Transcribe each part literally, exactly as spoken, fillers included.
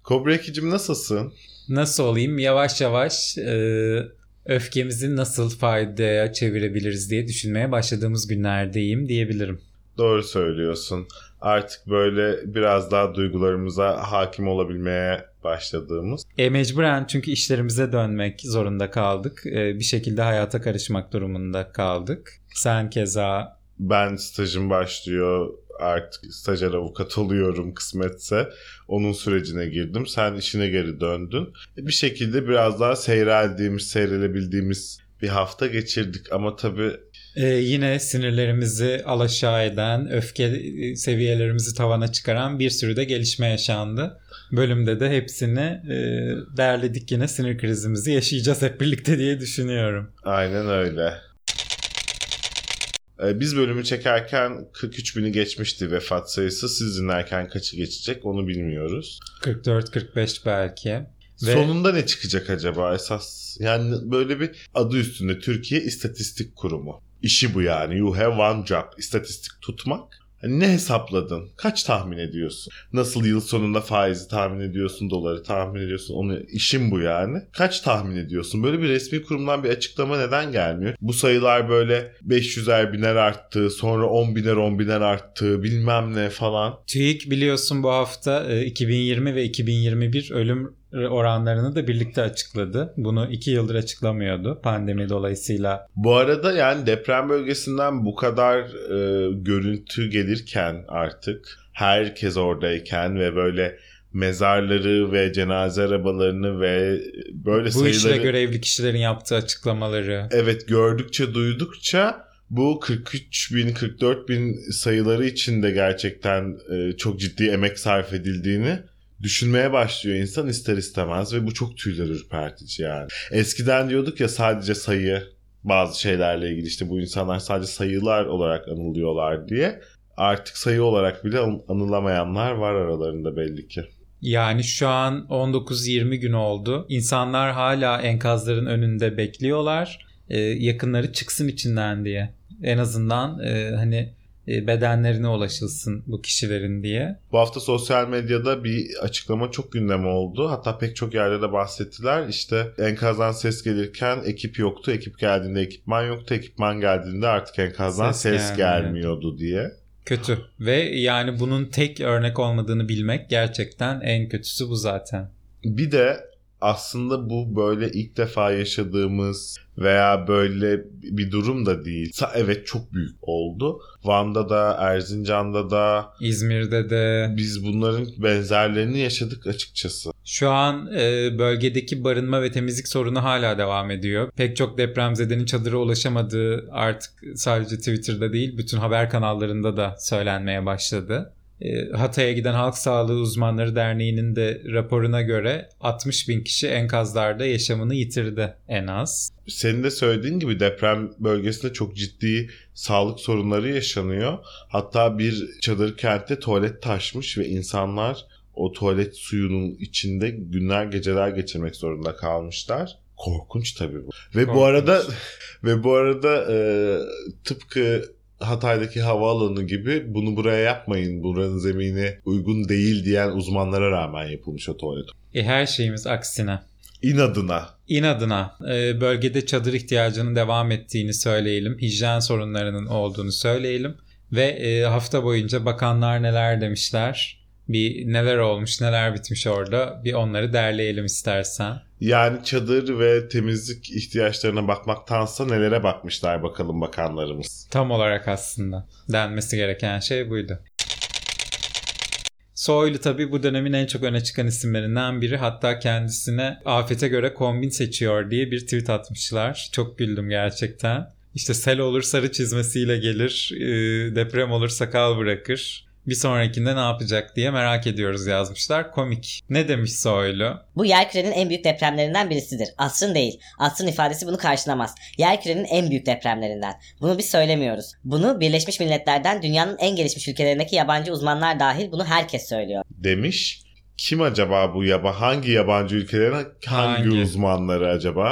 Kobra ikicim nasılsın? Nasıl olayım? Yavaş yavaş e, öfkemizi nasıl faydaya çevirebiliriz diye düşünmeye başladığımız günlerdeyim diyebilirim. Doğru söylüyorsun. Artık böyle biraz daha duygularımıza hakim olabilmeye başladığımız. E mecburen çünkü işlerimize dönmek zorunda kaldık. E, bir şekilde hayata karışmak durumunda kaldık. Sen keza. Ben stajım başlıyor. Artık stajyer avukat oluyorum kısmetse. Onun sürecine girdim. Sen işine geri döndün. Bir şekilde biraz daha seyreldiğimiz, seyrelebildiğimiz bir hafta geçirdik. Ama tabii Ee, yine sinirlerimizi alaşağı eden, öfke seviyelerimizi tavana çıkaran bir sürü de gelişme yaşandı. Bölümde de hepsini e, derledik, yine sinir krizimizi yaşayacağız hep birlikte diye düşünüyorum. Aynen öyle. Ee, biz bölümü çekerken kırk üç bini geçmişti vefat sayısı. Siz dinlerken kaçı geçecek onu bilmiyoruz. kırk dört kırk beş belki. Ve sonunda ne çıkacak acaba esas? Yani böyle bir adı üstünde Türkiye İstatistik Kurumu. İşi bu yani. You have one job. İstatistik tutmak. Hani ne hesapladın? Kaç tahmin ediyorsun? Nasıl yıl sonunda faizi tahmin ediyorsun, doları tahmin ediyorsun? Onu işin bu yani. Kaç tahmin ediyorsun? Böyle bir resmi kurumdan bir açıklama neden gelmiyor? Bu sayılar böyle beş yüzer biner arttı, sonra on biner on biner arttı, bilmem ne falan. TÜİK biliyorsun bu hafta iki bin yirmi ve iki bin yirmi bir ölüm oranlarını da birlikte açıkladı. Bunu iki yıldır açıklamıyordu pandemi dolayısıyla. Bu arada yani deprem bölgesinden bu kadar e, görüntü gelirken artık herkes oradayken ve böyle mezarları ve cenaze arabalarını ve böyle bu sayıları... Bu işle görevli kişilerin yaptığı açıklamaları. Evet, gördükçe duydukça bu kırk üç bin kırk dört bin sayıları için de gerçekten e, çok ciddi emek sarf edildiğini düşünmeye başlıyor insan ister istemez ve bu çok tüyler ürpertici yani. Eskiden diyorduk ya sadece sayı, bazı şeylerle ilgili işte bu insanlar sadece sayılar olarak anılıyorlar diye. Artık sayı olarak bile anılamayanlar var aralarında belli ki. Yani şu an on dokuz yirmi gün oldu. İnsanlar hala enkazların önünde bekliyorlar. Ee, yakınları çıksın içinden diye. En azından e, hani bedenlerine ulaşılsın bu kişilerin diye. Bu hafta sosyal medyada bir açıklama çok gündem oldu. Hatta pek çok yerde de bahsettiler. İşte enkazdan ses gelirken ekip yoktu. Ekip geldiğinde ekipman yoktu. Ekipman geldiğinde artık enkazdan ses, ses gelmiyordu diye. Kötü. Ve yani bunun tek örnek olmadığını bilmek gerçekten en kötüsü bu zaten. Bir de aslında bu böyle ilk defa yaşadığımız veya böyle bir durum da değil. Evet, çok büyük oldu. Van'da da, Erzincan'da da, İzmir'de de. Biz bunların benzerlerini yaşadık açıkçası. Şu an e, bölgedeki barınma ve temizlik sorunu hala devam ediyor. Pek çok depremzedenin çadıra ulaşamadığı artık sadece Twitter'da değil bütün haber kanallarında da söylenmeye başladı. Hatay'a giden Halk Sağlığı Uzmanları Derneği'nin de raporuna göre altmış bin kişi enkazlarda yaşamını yitirdi en az. Senin de söylediğin gibi deprem bölgesinde çok ciddi sağlık sorunları yaşanıyor. Hatta bir çadır kentte tuvalet taşmış ve insanlar o tuvalet suyunun içinde günler geceler geçirmek zorunda kalmışlar. Korkunç tabii bu. Ve Korkunç. bu arada ve bu arada e, tıpkı Hatay'daki havaalanı gibi bunu buraya yapmayın, buranın zemini uygun değil diyen uzmanlara rağmen yapılmış o tuvalet. E her şeyimiz aksine. İnadına. İnadına. E, bölgede çadır ihtiyacının devam ettiğini söyleyelim. Hijyen sorunlarının olduğunu söyleyelim. Ve e, hafta boyunca bakanlar neler demişler, bir neler olmuş, neler bitmiş orada, bir onları derleyelim istersen. Yani çadır ve temizlik ihtiyaçlarına bakmaktansa nelere bakmışlar bakalım bakanlarımız. Tam olarak aslında denmesi gereken şey buydu. Soylu tabii bu dönemin en çok öne çıkan isimlerinden biri. Hatta kendisine afete göre kombin seçiyor diye bir tweet atmışlar. Çok güldüm gerçekten. İşte sel olur sarı çizmesiyle gelir, deprem olur sakal bırakır. Bir sonrakinde ne yapacak diye merak ediyoruz yazmışlar. Komik. Ne demiş Soylu? Bu yerkürenin en büyük depremlerinden birisidir. Asrın değil. Asrın ifadesi bunu karşılamaz. Yerkürenin en büyük depremlerinden. Bunu biz söylemiyoruz. Bunu Birleşmiş Milletler'den dünyanın en gelişmiş ülkelerindeki yabancı uzmanlar dahil bunu herkes söylüyor. Demiş. Kim acaba bu yaba? Hangi yabancı ülkelerin hangi, hangi uzmanları acaba?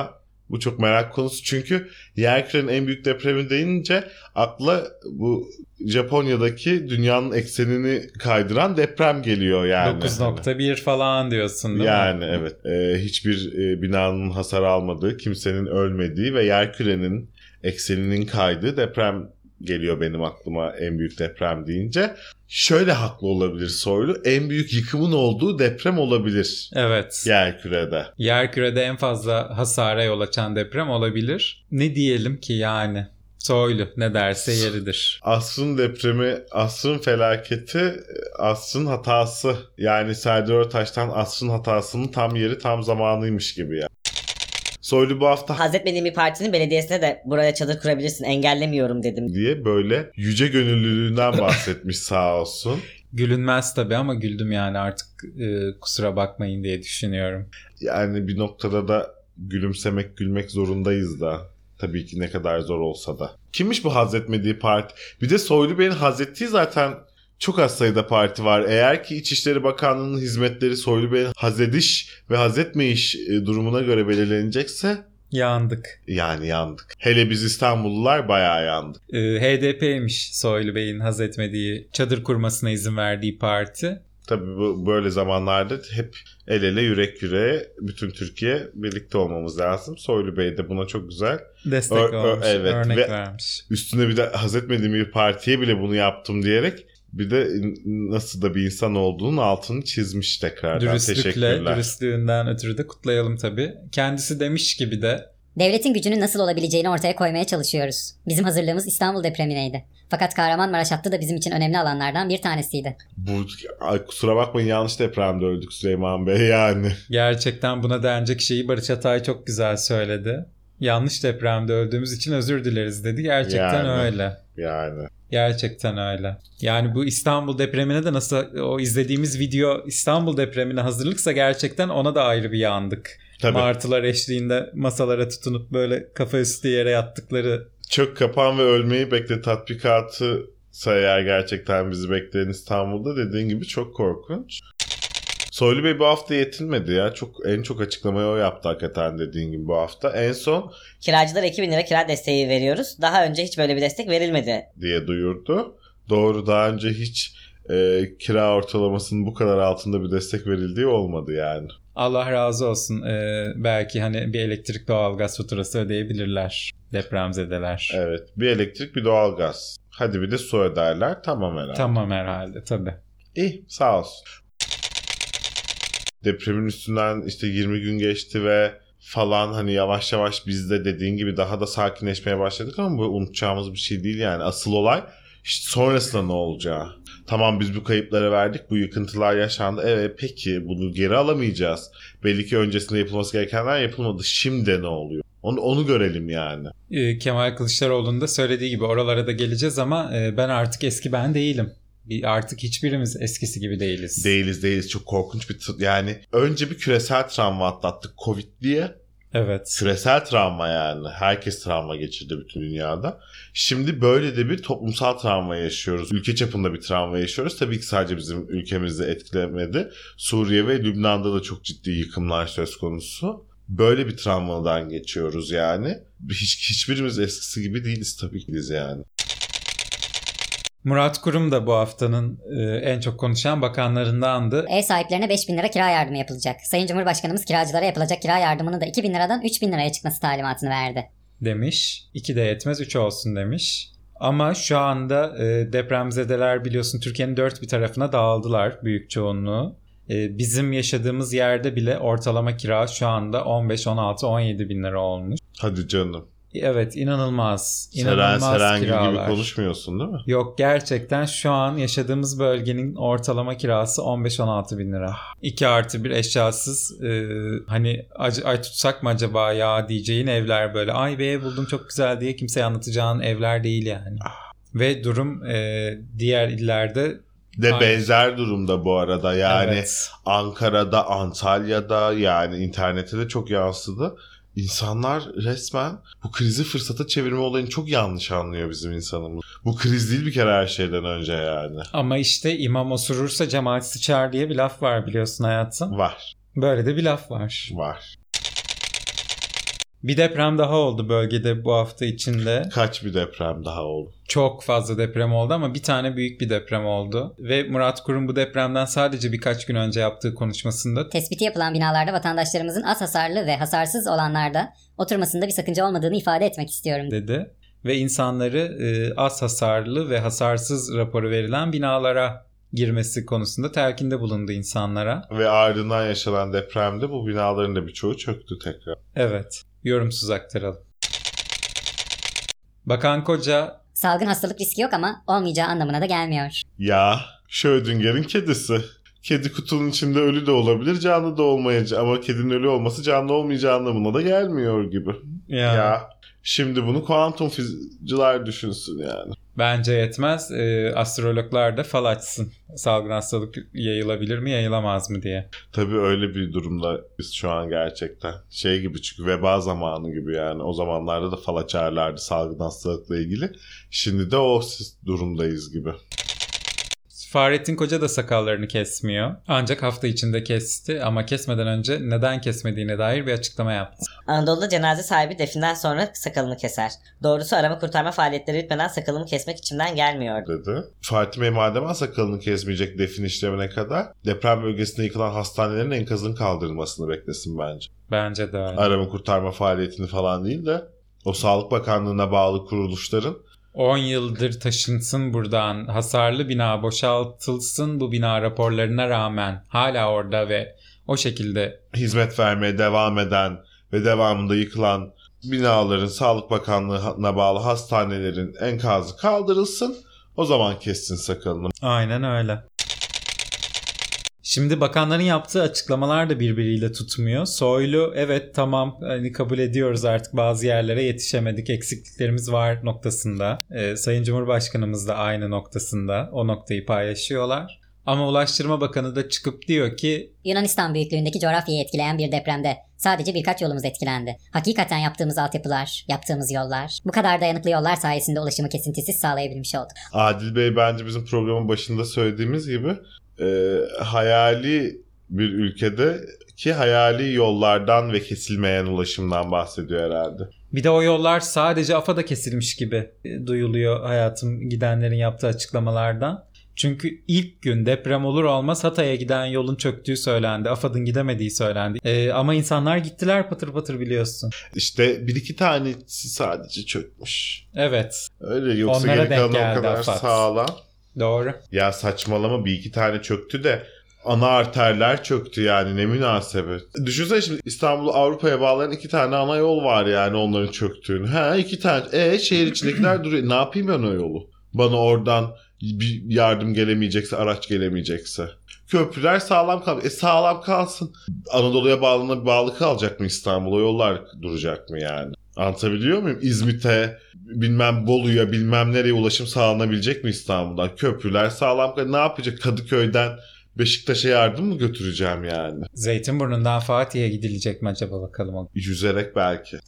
Bu çok merak konusu çünkü yer kürenin en büyük depremi deyince akla bu Japonya'daki dünyanın eksenini kaydıran deprem geliyor yani. dokuz nokta bir falan diyorsun değil yani, mi? Yani evet. Ee, hiçbir e, binanın hasar almadığı, kimsenin ölmediği ve yer kürenin ekseninin kaydığı deprem geliyor benim aklıma en büyük deprem deyince. Şöyle haklı olabilir Soylu. En büyük yıkımın olduğu deprem olabilir. Evet. Yerkürede. Yerkürede en fazla hasara yol açan deprem olabilir. Ne diyelim ki yani? Soylu ne derse yeridir. Asrın depremi, asrın felaketi, asrın hatası. Yani Serdar Ortaç'tan asrın hatasının tam yeri tam zamanıymış gibi ya. Soylu bu hafta Hazretmediğim bir partinin belediyesine de buraya çadır kurabilirsin, engellemiyorum dedim diye böyle yüce gönüllülüğünden bahsetmiş sağ olsun. Gülünmez tabii ama güldüm yani artık e, kusura bakmayın diye düşünüyorum. Yani bir noktada da gülümsemek, gülmek zorundayız da. Tabii ki ne kadar zor olsa da. Kimmiş bu hazretmediği parti? Bir de Soylu Bey'in hazrettiği zaten çok az sayıda parti var. Eğer ki İçişleri Bakanlığı'nın hizmetleri Soylu Bey'in hazediş ve hazetmeyiş durumuna göre belirlenecekse yandık. Yani yandık. Hele biz İstanbullular bayağı yandık. Ee, H D P'ymiş Soylu Bey'in hazetmediği, çadır kurmasına izin verdiği parti. Tabii bu böyle zamanlarda hep el ele yürek yüreğe bütün Türkiye birlikte olmamız lazım. Soylu Bey de buna çok güzel destek ör, olmuş, ör, evet. örnek Ve vermiş. Üstüne bir de hazetmediğim bir partiye bile bunu yaptım diyerek bir de nasıl da bir insan olduğunun altını çizmiş tekrardan. Dürüstlükle, teşekkürler. Dürüstlüğünden ötürü de kutlayalım tabii. Kendisi demiş gibi de devletin gücünün nasıl olabileceğini ortaya koymaya çalışıyoruz. Bizim hazırlığımız İstanbul depremineydi. Fakat Kahramanmaraş hattı da bizim için önemli alanlardan bir tanesiydi. Bu ay, kusura bakmayın yanlış depremde öldük Süleyman Bey yani. Gerçekten buna denecek şeyi Barış Atay çok güzel söyledi. Yanlış depremde öldüğümüz için özür dileriz dedi. Gerçekten yani, öyle. Yani. Gerçekten öyle. Yani bu İstanbul depremine de nasıl o izlediğimiz video İstanbul depremine hazırlıksa gerçekten ona da ayrı bir yandık. Tabii. Martılar eşliğinde masalara tutunup böyle kafa üstü yere yattıkları. Çök kapan ve ölmeyi bekle tatbikatı eğer gerçekten bizi bekleyen İstanbul'da dediğin gibi çok korkunç. Soylu Bey bu hafta yetinmedi ya. Çok en çok açıklamayı o yaptı hakikaten dediğin gibi bu hafta. En son kiracılara iki bin lira kira desteği veriyoruz. Daha önce hiç böyle bir destek verilmedi diye duyurdu. Doğru, daha önce hiç e, kira ortalamasının bu kadar altında bir destek verildiği olmadı yani. Allah razı olsun. Ee, belki hani bir elektrik doğalgaz faturası ödeyebilirler depremzedeler. Evet, bir elektrik bir doğalgaz. Hadi bir de su öderler, tamam herhalde. Tamam herhalde tabii. İyi, sağ olsun. Depremin üstünden işte yirmi gün geçti ve falan hani yavaş yavaş biz de dediğin gibi daha da sakinleşmeye başladık ama bu unutacağımız bir şey değil yani. Asıl olay işte sonrasında ne olacağı. Tamam biz bu kayıpları verdik, bu yıkıntılar yaşandı. Evet peki bunu geri alamayacağız. Belli ki öncesinde yapılması gerekenler yapılmadı. Şimdi ne oluyor? Onu, onu görelim yani. Ee, Kemal Kılıçdaroğlu'nun da söylediği gibi oralara da geleceğiz ama e, ben artık eski ben değilim. Artık hiçbirimiz eskisi gibi değiliz. Değiliz değiliz. Çok korkunç bir... T- yani önce bir küresel travma atlattık Covid diye. Evet. Küresel travma yani. Herkes travma geçirdi bütün dünyada. Şimdi böyle de bir toplumsal travma yaşıyoruz. Ülke çapında bir travma yaşıyoruz. Tabii ki sadece bizim ülkemizi etkilemedi. Suriye ve Lübnan'da da çok ciddi yıkımlar söz konusu. Böyle bir travmadan geçiyoruz yani. Hiç, hiçbirimiz eskisi gibi değiliz tabii ki biz yani. Murat Kurum da bu haftanın e, en çok konuşan bakanlarındandı. Ev sahiplerine beş bin lira kira yardımı yapılacak. Sayın Cumhurbaşkanımız kiracılara yapılacak kira yardımını da iki bin liradan üç bin liraya çıkması talimatını verdi. Demiş. iki de yetmez üç olsun demiş. Ama şu anda e, depremzedeler biliyorsun Türkiye'nin dört bir tarafına dağıldılar büyük çoğunluğu. E, bizim yaşadığımız yerde bile ortalama kira şu anda on beş, on altı, on yedi bin lira olmuş. Hadi canım. Evet inanılmaz. Seren İnanılmaz Seren kiralar. gibi konuşmuyorsun değil mi? Yok gerçekten şu an yaşadığımız bölgenin ortalama kirası on beş on altı bin lira. iki artı bir eşyasız e, hani ay tutsak mı acaba ya diyeceğin evler böyle. Ay bir ev buldum çok güzel diye kimseye anlatacağın evler değil yani. Ve durum e, diğer illerde de aynı. Benzer durumda bu arada yani Evet. Ankara'da, Antalya'da yani internete de çok yansıdı. İnsanlar resmen bu krizi fırsata çevirme olayını çok yanlış anlıyor bizim insanımız. Bu kriz değil bir kere her şeyden önce yani. Ama işte imam osurursa cemaat sıçar diye bir laf var biliyorsun hayatım. Var. Böyle de bir laf var. Var. Bir deprem daha oldu bölgede bu hafta içinde. Kaç bir deprem daha oldu? Çok fazla deprem oldu ama bir tane büyük bir deprem oldu. Ve Murat Kurum bu depremden sadece birkaç gün önce yaptığı konuşmasında Tespiti yapılan binalarda vatandaşlarımızın az hasarlı ve hasarsız olanlarda oturmasında bir sakınca olmadığını ifade etmek istiyorum dedi. Ve insanları e, az hasarlı ve hasarsız raporu verilen binalara girmesi konusunda telkinde bulundu insanlara. Ve ardından yaşanan depremde bu binaların da birçoğu çöktü tekrar. Evet, yorumsuz aktaralım. Bakan Koca, salgın hastalık riski yok ama olmayacağı anlamına da gelmiyor. Ya Schrödinger'in kedisi. Kedi kutunun içinde ölü de olabilir, canlı da olmayacak. Ama kedinin ölü olması canlı olmayacağı anlamına da gelmiyor gibi. ya, Ya şimdi bunu kuantum fizikçiler düşünsün yani. bence yetmez. E, astrologlar da fal açsın. Salgın hastalık yayılabilir mi, yayılamaz mı diye. Tabii öyle bir durumda biz şu an gerçekten. Şey gibi, çünkü veba zamanı gibi yani. O zamanlarda da fal açarlardı salgın hastalıkla ilgili. Şimdi de o durumdayız gibi. Fahrettin Koca da sakallarını kesmiyor. Ancak hafta içinde kesti ama kesmeden önce neden kesmediğine dair bir açıklama yaptı. Anadolu'da cenaze sahibi definden sonra sakalını keser. Doğrusu arama kurtarma faaliyetleri bitmeden sakalımı kesmek içimden gelmiyor dedi. Fatih Bey madem sakalını kesmeyecek defin işlemine kadar deprem bölgesinde yıkılan hastanelerin enkazının kaldırılmasını beklesin bence. Bence de öyle. Arama kurtarma faaliyetini falan değil de o Sağlık Bakanlığı'na bağlı kuruluşların on yıldır taşınsın buradan, hasarlı bina boşaltılsın, bu bina raporlarına rağmen hala orada ve o şekilde hizmet vermeye devam eden ve devamında yıkılan binaların, Sağlık Bakanlığı'na bağlı hastanelerin enkazı kaldırılsın. O zaman kessin sakalını. Aynen öyle. Şimdi bakanların yaptığı açıklamalar da birbiriyle tutmuyor. Soylu evet tamam hani kabul ediyoruz artık bazı yerlere yetişemedik, eksikliklerimiz var noktasında. Ee, Sayın Cumhurbaşkanımız da aynı noktasında, o noktayı paylaşıyorlar. Ama Ulaştırma Bakanı da çıkıp diyor ki Yunanistan büyüklüğündeki coğrafyayı etkileyen bir depremde sadece birkaç yolumuz etkilendi. Hakikaten yaptığımız altyapılar, yaptığımız yollar, bu kadar dayanıklı yollar sayesinde ulaşımı kesintisiz sağlayabilmiş olduk. Adil Bey bence bizim programın başında söylediğimiz gibi e, hayali bir ülkede ki hayali yollardan ve kesilmeyen ulaşımdan bahsediyor herhalde. bir de o yollar sadece AFAD'a kesilmiş gibi duyuluyor hayatım gidenlerin yaptığı açıklamalardan. Çünkü ilk gün deprem olur olmaz Hatay'a giden yolun çöktüğü söylendi. AFAD'ın gidemediği söylendi. Ee, ama insanlar gittiler patır patır biliyorsun. İşte bir iki tanesi sadece çökmüş. Evet. Öyle, yoksa Onlara geri kalan denk o kadar geldi AFAD. sağlam. Doğru. Ya saçmalama, bir iki tane çöktü de ana arterler çöktü yani, ne münasebet. Düşünsene şimdi İstanbul'u Avrupa'ya bağlayan iki tane ana yol var yani onların çöktüğünü. He iki tane. E şehir içindekiler duruyor. Ne yapayım ben o yolu? Bana oradan bir yardım gelemeyecekse, araç gelemeyecekse. Köprüler sağlam kal. E sağlam kalsın. Anadolu'ya bağlı, bağlı kalacak mı İstanbul? O yollar duracak mı yani? Anlatabiliyor muyum? İzmit'e, bilmem Bolu'ya, bilmem nereye ulaşım sağlanabilecek mi İstanbul'dan? Köprüler sağlam kal. Ne yapacak? Kadıköy'den Beşiktaş'a yardım mı götüreceğim yani? Zeytinburnu'ndan Fatih'e gidilecek mi acaba bakalım. Yüzerek belki.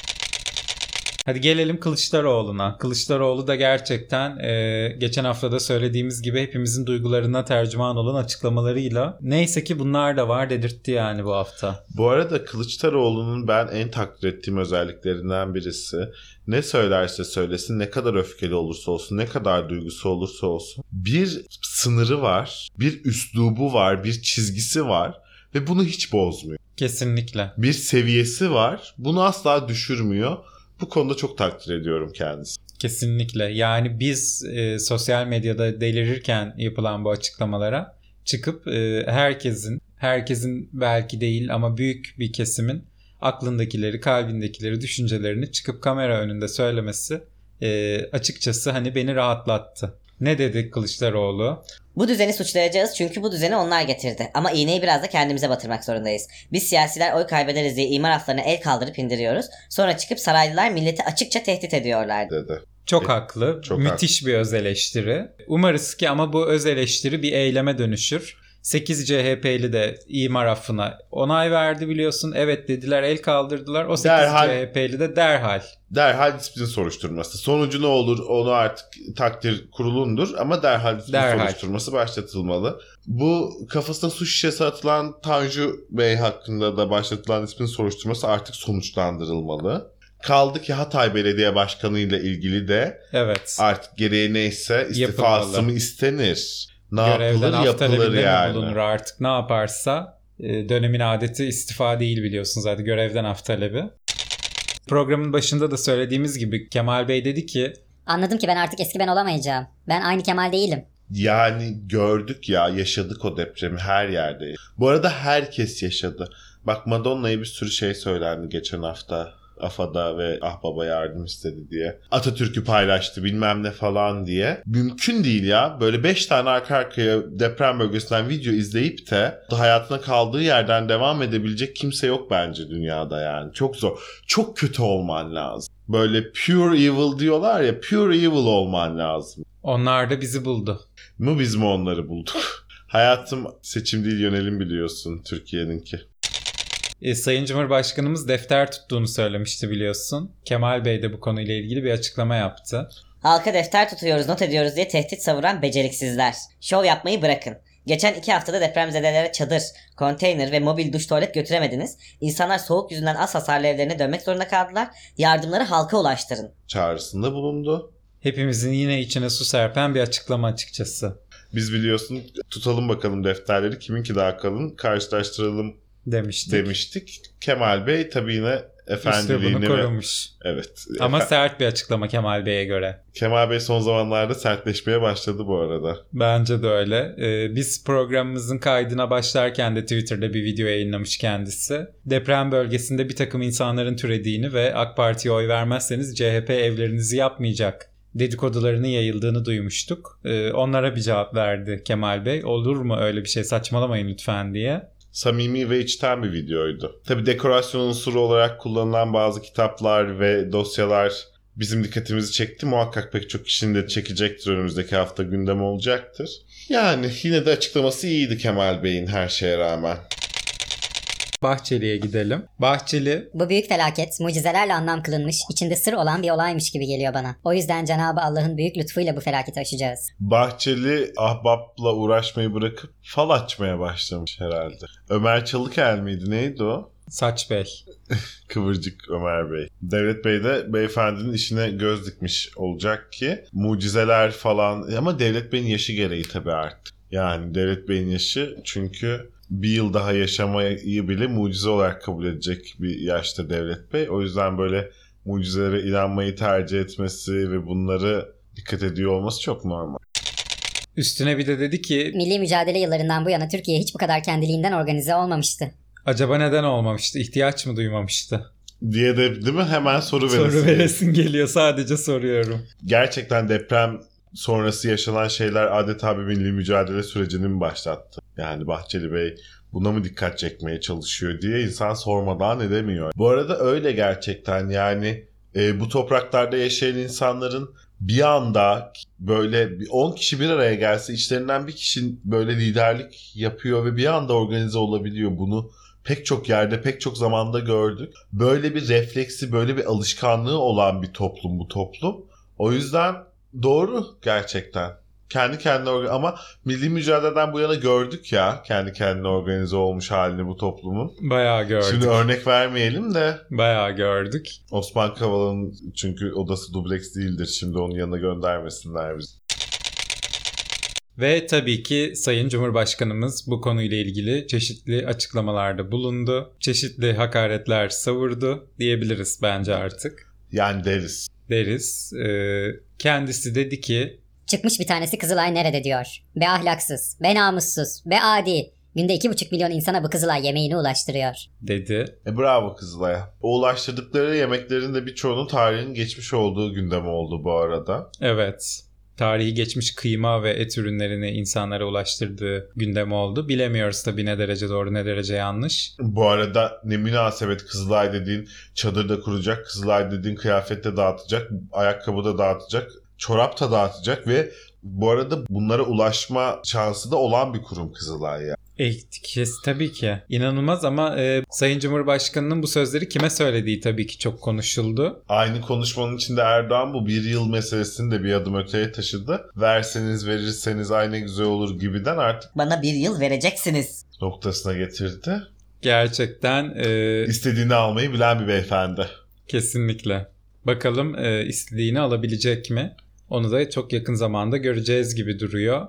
Hadi gelelim Kılıçdaroğlu'na. Kılıçdaroğlu da gerçekten e, geçen haftada söylediğimiz gibi hepimizin duygularına tercüman olan açıklamalarıyla neyse ki bunlar da var dedirtti yani bu hafta. Bu arada Kılıçdaroğlu'nun ben en takdir ettiğim özelliklerinden birisi, ne söylerse söylesin, ne kadar öfkeli olursa olsun, ne kadar duygusu olursa olsun, bir sınırı var, bir üslubu var, bir çizgisi var ve bunu hiç bozmuyor. Kesinlikle. Bir seviyesi var, bunu asla düşürmüyor. Bu konuda çok takdir ediyorum kendisini. Kesinlikle. Yani biz e, sosyal medyada delirirken yapılan bu açıklamalara çıkıp e, herkesin, herkesin belki değil ama büyük bir kesimin aklındakileri, kalbindekileri, düşüncelerini çıkıp kamera önünde söylemesi e, açıkçası hani beni rahatlattı. Ne dedi Kılıçdaroğlu? Bu düzeni suçlayacağız çünkü bu düzeni onlar getirdi. Ama iğneyi biraz da kendimize batırmak zorundayız. Biz siyasiler oy kaybederiz diye imar haflarına el kaldırıp indiriyoruz. Sonra çıkıp saraylılar milleti açıkça tehdit ediyorlar Dedi. Çok E, haklı. çok Müthiş haklı. Bir öz eleştiri. Umarız ki ama bu öz eleştiri bir eyleme dönüşür. sekiz C H P'li de imar affına onay verdi biliyorsun. Evet dediler, el kaldırdılar. O sekiz Derhal- C H P'li de derhal. Derhal disiplin soruşturması. Sonucu ne olur onu artık takdir kurulundur ama derhal disiplin Derhal. soruşturması başlatılmalı. Bu kafasına su şişesi atılan Tanju Bey hakkında da başlatılan disiplin soruşturması artık sonuçlandırılmalı. Kaldı ki Hatay Belediye Başkanı ile ilgili de Evet. artık gereği neyse istifası Yapılmalı. mı istenir? Ne Görevden yapılır af yapılır talebinde mi yani. bulunur artık, ne yaparsa. E, dönemin adeti istifa değil biliyorsun zaten, görevden af talebi. Programın başında da söylediğimiz gibi Kemal Bey dedi ki Anladım ki ben artık eski ben olamayacağım. Ben aynı Kemal değilim. Yani gördük ya, yaşadık o depremi her yerde. Bu arada herkes yaşadı. Bak Madonna'ya bir sürü şey söylendi geçen hafta. AFA'da ve Ah Baba yardım istedi diye. Atatürk'ü paylaştı bilmem ne falan diye. Mümkün değil ya. Böyle beş tane arka arkaya deprem bölgesinden video izleyip de hayatına kaldığı yerden devam edebilecek kimse yok bence dünyada yani. Çok zor. Çok kötü olman lazım. Böyle pure evil diyorlar ya. Pure evil olman lazım. onlar da bizi buldu. Mu biz mi onları bulduk? Hayatım seçim değil yönelim biliyorsun Türkiye'ninki. E, Sayın Cumhurbaşkanımız defter tuttuğunu söylemişti biliyorsun. Kemal Bey de bu konuyla ilgili bir açıklama yaptı. Halka defter tutuyoruz, not ediyoruz diye tehdit savuran beceriksizler. Şov yapmayı bırakın. Geçen iki haftada depremzedelere çadır, konteyner ve mobil duş tuvalet götüremediniz. İnsanlar soğuk yüzünden az hasarlı evlerine dönmek zorunda kaldılar. Yardımları halka ulaştırın. Çağrısında bulundu. Hepimizin yine içine su serpen bir açıklama açıkçası Biz biliyorsun tutalım bakalım defterleri kiminki daha kalın karşılaştıralım demiştik. demiştik. Kemal Bey tabii yine Üslubunu efendiliğini ve... korumuş. Evet. Ama Efe- sert bir açıklama Kemal Bey'e göre. Kemal Bey son zamanlarda sertleşmeye başladı bu arada. Bence de öyle. Ee, biz programımızın kaydına başlarken de Twitter'da bir video yayınlamış kendisi. Deprem bölgesinde bir takım insanların türediğini ve AK Parti'ye oy vermezseniz C H P evlerinizi yapmayacak dedikodularının yayıldığını duymuştuk. Ee, onlara bir cevap verdi Kemal Bey. Olur mu öyle bir şey, saçmalamayın lütfen diye. Samimi ve içten bir videoydu. Tabii dekorasyon unsuru olarak kullanılan bazı kitaplar ve dosyalar bizim dikkatimizi çekti. Muhakkak pek çok kişinin de çekecektir, önümüzdeki hafta gündem olacaktır. Yani yine de açıklaması iyiydi Kemal Bey'in her şeye rağmen. Bahçeli'ye gidelim. Bahçeli Bu büyük felaket mucizelerle anlam kılınmış, içinde sır olan bir olaymış gibi geliyor bana. O yüzden Cenab-ı Allah'ın büyük lütfuyla bu felaketi aşacağız. Bahçeli ahbapla uğraşmayı bırakıp fal açmaya başlamış herhalde. Ömer Çalıkel miydi, neydi o? Saç Bey. Kıvırcık Ömer Bey. Devlet Bey de beyefendinin işine göz dikmiş olacak ki mucizeler falan, ama Devlet Bey'in yaşı gereği tabii artık. Yani Devlet Bey'in yaşı çünkü bir yıl daha yaşamayı bile mucize olarak kabul edecek bir yaşta Devlet Bey. O yüzden böyle mucizelere inanmayı tercih etmesi ve bunları dikkat ediyor olması çok normal. Üstüne bir de dedi ki Milli mücadele yıllarından bu yana Türkiye hiç bu kadar kendiliğinden organize olmamıştı. acaba neden olmamıştı? İhtiyaç mı duymamıştı? Diye de değil mi? Hemen soru veresin. Soru veresin geliyor, sadece soruyorum. Gerçekten deprem sonrası yaşanan şeyler adeta bir milli mücadele sürecini mi başlattı? Yani Bahçeli Bey buna mı dikkat çekmeye çalışıyor diye insan sormadan edemiyor. Bu arada öyle gerçekten, yani e, bu topraklarda yaşayan insanların bir anda böyle on kişi bir araya gelse içlerinden bir kişi böyle liderlik yapıyor ve bir anda organize olabiliyor. Bunu pek çok yerde, pek çok zamanda gördük. Böyle bir refleksi, böyle bir alışkanlığı olan bir toplum bu toplum. O yüzden doğru gerçekten. Kendi kendine orga- ama milli mücadeleden bu yana gördük ya kendi kendine organize olmuş halini bu toplumun. Bayağı gördük. Şimdi örnek vermeyelim de Bayağı gördük. Osman Kavala'nın çünkü odası dubleks değildir. Şimdi onun yanına göndermesinler bizi. Ve tabii ki Sayın Cumhurbaşkanımız bu konuyla ilgili çeşitli açıklamalarda bulundu. Çeşitli hakaretler savurdu diyebiliriz bence artık. Yani deriz. Deriz. Ee, kendisi dedi ki Çıkmış bir tanesi Kızılay nerede diyor. Be ahlaksız, be namussuz, be adi. Günde iki buçuk milyon insana bu Kızılay yemeğini ulaştırıyor. dedi. E bravo Kızılay'a. O ulaştırdıkları yemeklerin de birçoğunun tarihinin geçmiş olduğu gündem oldu bu arada. Evet. Tarihi geçmiş kıyma ve et ürünlerini insanlara ulaştırdığı gündem oldu. Bilemiyoruz tabii ne derece doğru, ne derece yanlış. Bu arada ne münasebet, Kızılay dediğin çadırda kuracak, Kızılay dediğin kıyafette dağıtacak, ayakkabı da dağıtacak, çorap da dağıtacak ve Bu arada bunlara ulaşma şansı da olan bir kurum Kızılay ya. Etkisi tabii ki. İnanılmaz ama e, Sayın Cumhurbaşkanı'nın bu sözleri kime söylediği tabii ki çok konuşuldu. Aynı konuşmanın içinde Erdoğan bu bir yıl meselesini de bir adım öteye taşıdı. Verseniz verirseniz aynı güzel olur gibiden artık Bana bir yıl vereceksiniz noktasına getirdi. Gerçekten e, İstediğini almayı bilen bir beyefendi. kesinlikle. Bakalım e, istediğini alabilecek mi? Onu da çok yakın zamanda göreceğiz gibi duruyor.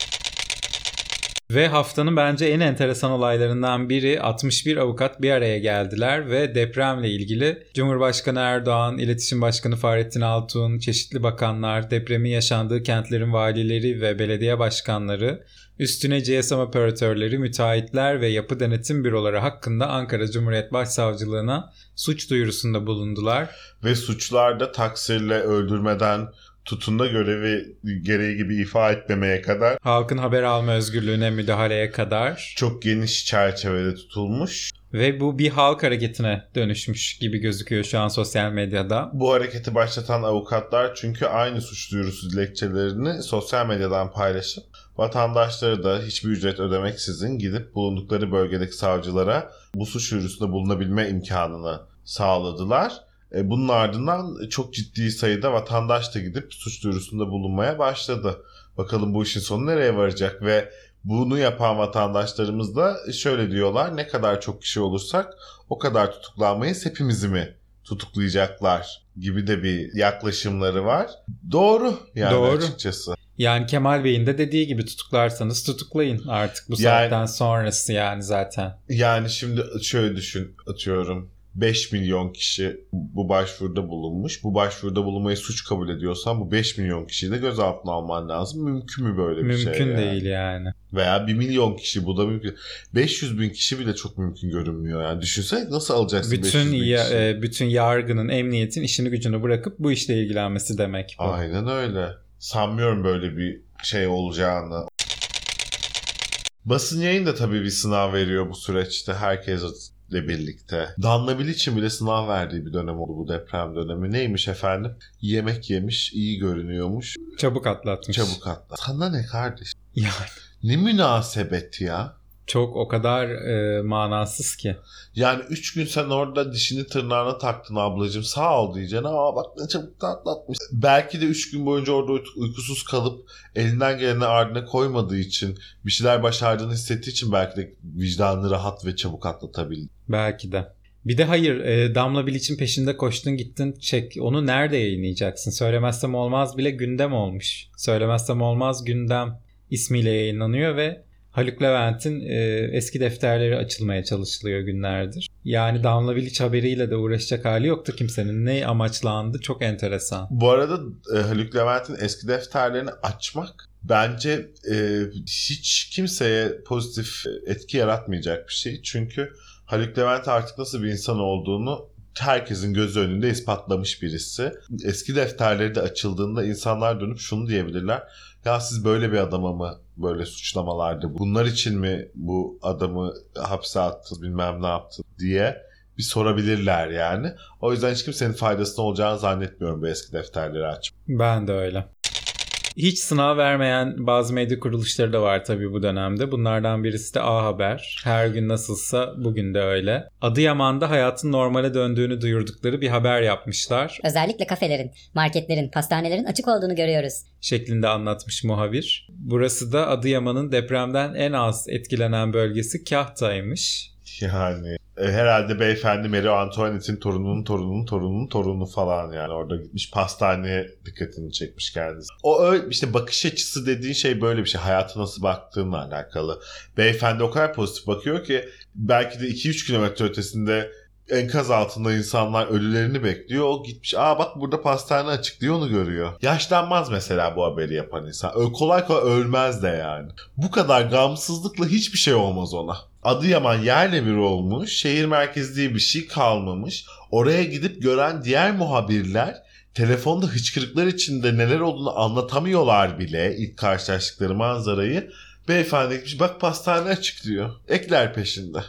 Ve haftanın bence en enteresan olaylarından biri altmış bir avukat bir araya geldiler ve depremle ilgili Cumhurbaşkanı Erdoğan, İletişim Başkanı Fahrettin Altun, çeşitli bakanlar, depremin yaşandığı kentlerin valileri ve belediye başkanları, üstüne G S M operatörleri, müteahhitler ve yapı denetim büroları hakkında Ankara Cumhuriyet Başsavcılığına suç duyurusunda bulundular. Ve suçlarda taksirle öldürmeden tutun da görevi gereği gibi ifa etmemeye kadar Halkın haber alma özgürlüğüne müdahaleye kadar. çok geniş çerçevede tutulmuş. Ve bu bir halk hareketine dönüşmüş gibi gözüküyor şu an sosyal medyada. Bu hareketi başlatan avukatlar çünkü aynı suç duyurusu dilekçelerini sosyal medyadan paylaşıp vatandaşları da hiçbir ücret ödemeksizin gidip bulundukları bölgedeki savcılara bu suç duyurusunda bulunabilme imkanını sağladılar. Bunun ardından çok ciddi sayıda vatandaş da gidip suç duyurusunda bulunmaya başladı. Bakalım bu işin sonu nereye varacak ve bunu yapan vatandaşlarımız da şöyle diyorlar: ne kadar çok kişi olursak o kadar tutuklanmayız, hepimizi mi tutuklayacaklar gibi de bir yaklaşımları var. Doğru yani Doğru. açıkçası. Yani Kemal Bey'in de dediği gibi tutuklarsanız tutuklayın artık bu Yani- saatten sonrası yani zaten. Yani şimdi şöyle düşün, atıyorum beş milyon kişi bu başvuruda bulunmuş. Bu başvuruda bulunmayı suç kabul ediyorsan bu beş milyon kişiyi de gözaltına alman lazım. Mümkün mü böyle bir şey? Mümkün yani? değil yani. Veya bir milyon kişi, bu da mümkün. beş yüz bin kişi bile çok mümkün görünmüyor. Yani düşünsene nasıl alacaksın beş Bütün yüz bin ya, kişi? e, bütün yargının, emniyetin işini gücünü bırakıp bu işle ilgilenmesi demek bu. Aynen öyle. Sanmıyorum böyle bir şey olacağını. Basın yayın da tabii bir sınav veriyor bu süreçte herkesle birlikte. Danla Bilic'in bile sınav verdiği bir dönem oldu bu deprem dönemi. Neymiş efendim? Yemek yemiş, iyi görünüyormuş, Çabuk atlatmış. çabuk atla. Sana ne kardeş? Yani Ne münasebet ya. çok o kadar e, manasız ki. Yani üç gün sen orada dişini tırnağına taktın ablacığım, sağ ol diyeceksin. Aa bak ne çabuk da atlatmış. Belki de üç gün boyunca orada uy- uykusuz kalıp elinden geleni ardına koymadığı için, bir şeyler başardığını hissettiği için belki de vicdanını rahat ve çabuk atlatabildi. Belki de. Bir de hayır, e, Damla Bilic'in peşinde koştun gittin çek. Onu nerede yayınlayacaksın? Söylemezsem olmaz bile gündem olmuş. Söylemezsem olmaz gündem ismiyle yayınlanıyor ve Haluk Levent'in e, eski defterleri açılmaya çalışılıyor günlerdir. Yani Damla Bilic haberiyle de uğraşacak hali yoktu kimsenin. Ne amaçlandı? Çok enteresan. Bu arada e, Haluk Levent'in eski defterlerini açmak bence e, hiç kimseye pozitif etki yaratmayacak bir şey. Çünkü Haluk Levent artık nasıl bir insan olduğunu herkesin gözü önünde ispatlamış birisi. Eski defterleri de açıldığında insanlar dönüp şunu diyebilirler: ya siz böyle bir adama mı böyle suçlamalarda, bunlar için mi bu adamı hapse attınız, bilmem ne yaptınız diye bir sorabilirler yani. O yüzden hiç kimsenin faydasına olacağını zannetmiyorum bu eski defterleri açmak. Ben de öyle. Hiç sınav vermeyen bazı medya kuruluşları da var tabii bu dönemde. Bunlardan birisi de A Haber. Her gün nasılsa bugün de öyle. Adıyaman'da hayatın normale döndüğünü duyurdukları bir haber yapmışlar Özellikle kafelerin, marketlerin, pastanelerin açık olduğunu görüyoruz. şeklinde anlatmış muhabir. Burası da Adıyaman'ın depremden en az etkilenen bölgesi Kahta'ymış. Yani e, herhalde beyefendi Marie Antoinette'in torununun torununun torununun torunu falan, yani orada gitmiş pastaneye dikkatini çekmiş kendisi. O öyle işte, bakış açısı dediğin şey böyle bir şey. Hayata nasıl baktığınla alakalı. Beyefendi o kadar pozitif bakıyor ki belki de iki üç kilometre ötesinde enkaz altında insanlar ölülerini bekliyor. O gitmiş, aa bak burada pastane açık diyor, onu görüyor. Yaşlanmaz mesela bu haberi yapan insan. Ö- kolay kolay ölmez de yani. Bu kadar gamsızlıkla hiçbir şey olmaz ona. Adıyaman yerle bir olmuş. Şehir merkezi diye bir şey kalmamış. Oraya gidip gören diğer muhabirler telefonda hıçkırıklar içinde neler olduğunu anlatamıyorlar bile ilk karşılaştıkları manzarayı. Beyefendi gitmiş, bak pastane açık diyor. Ekler peşinde.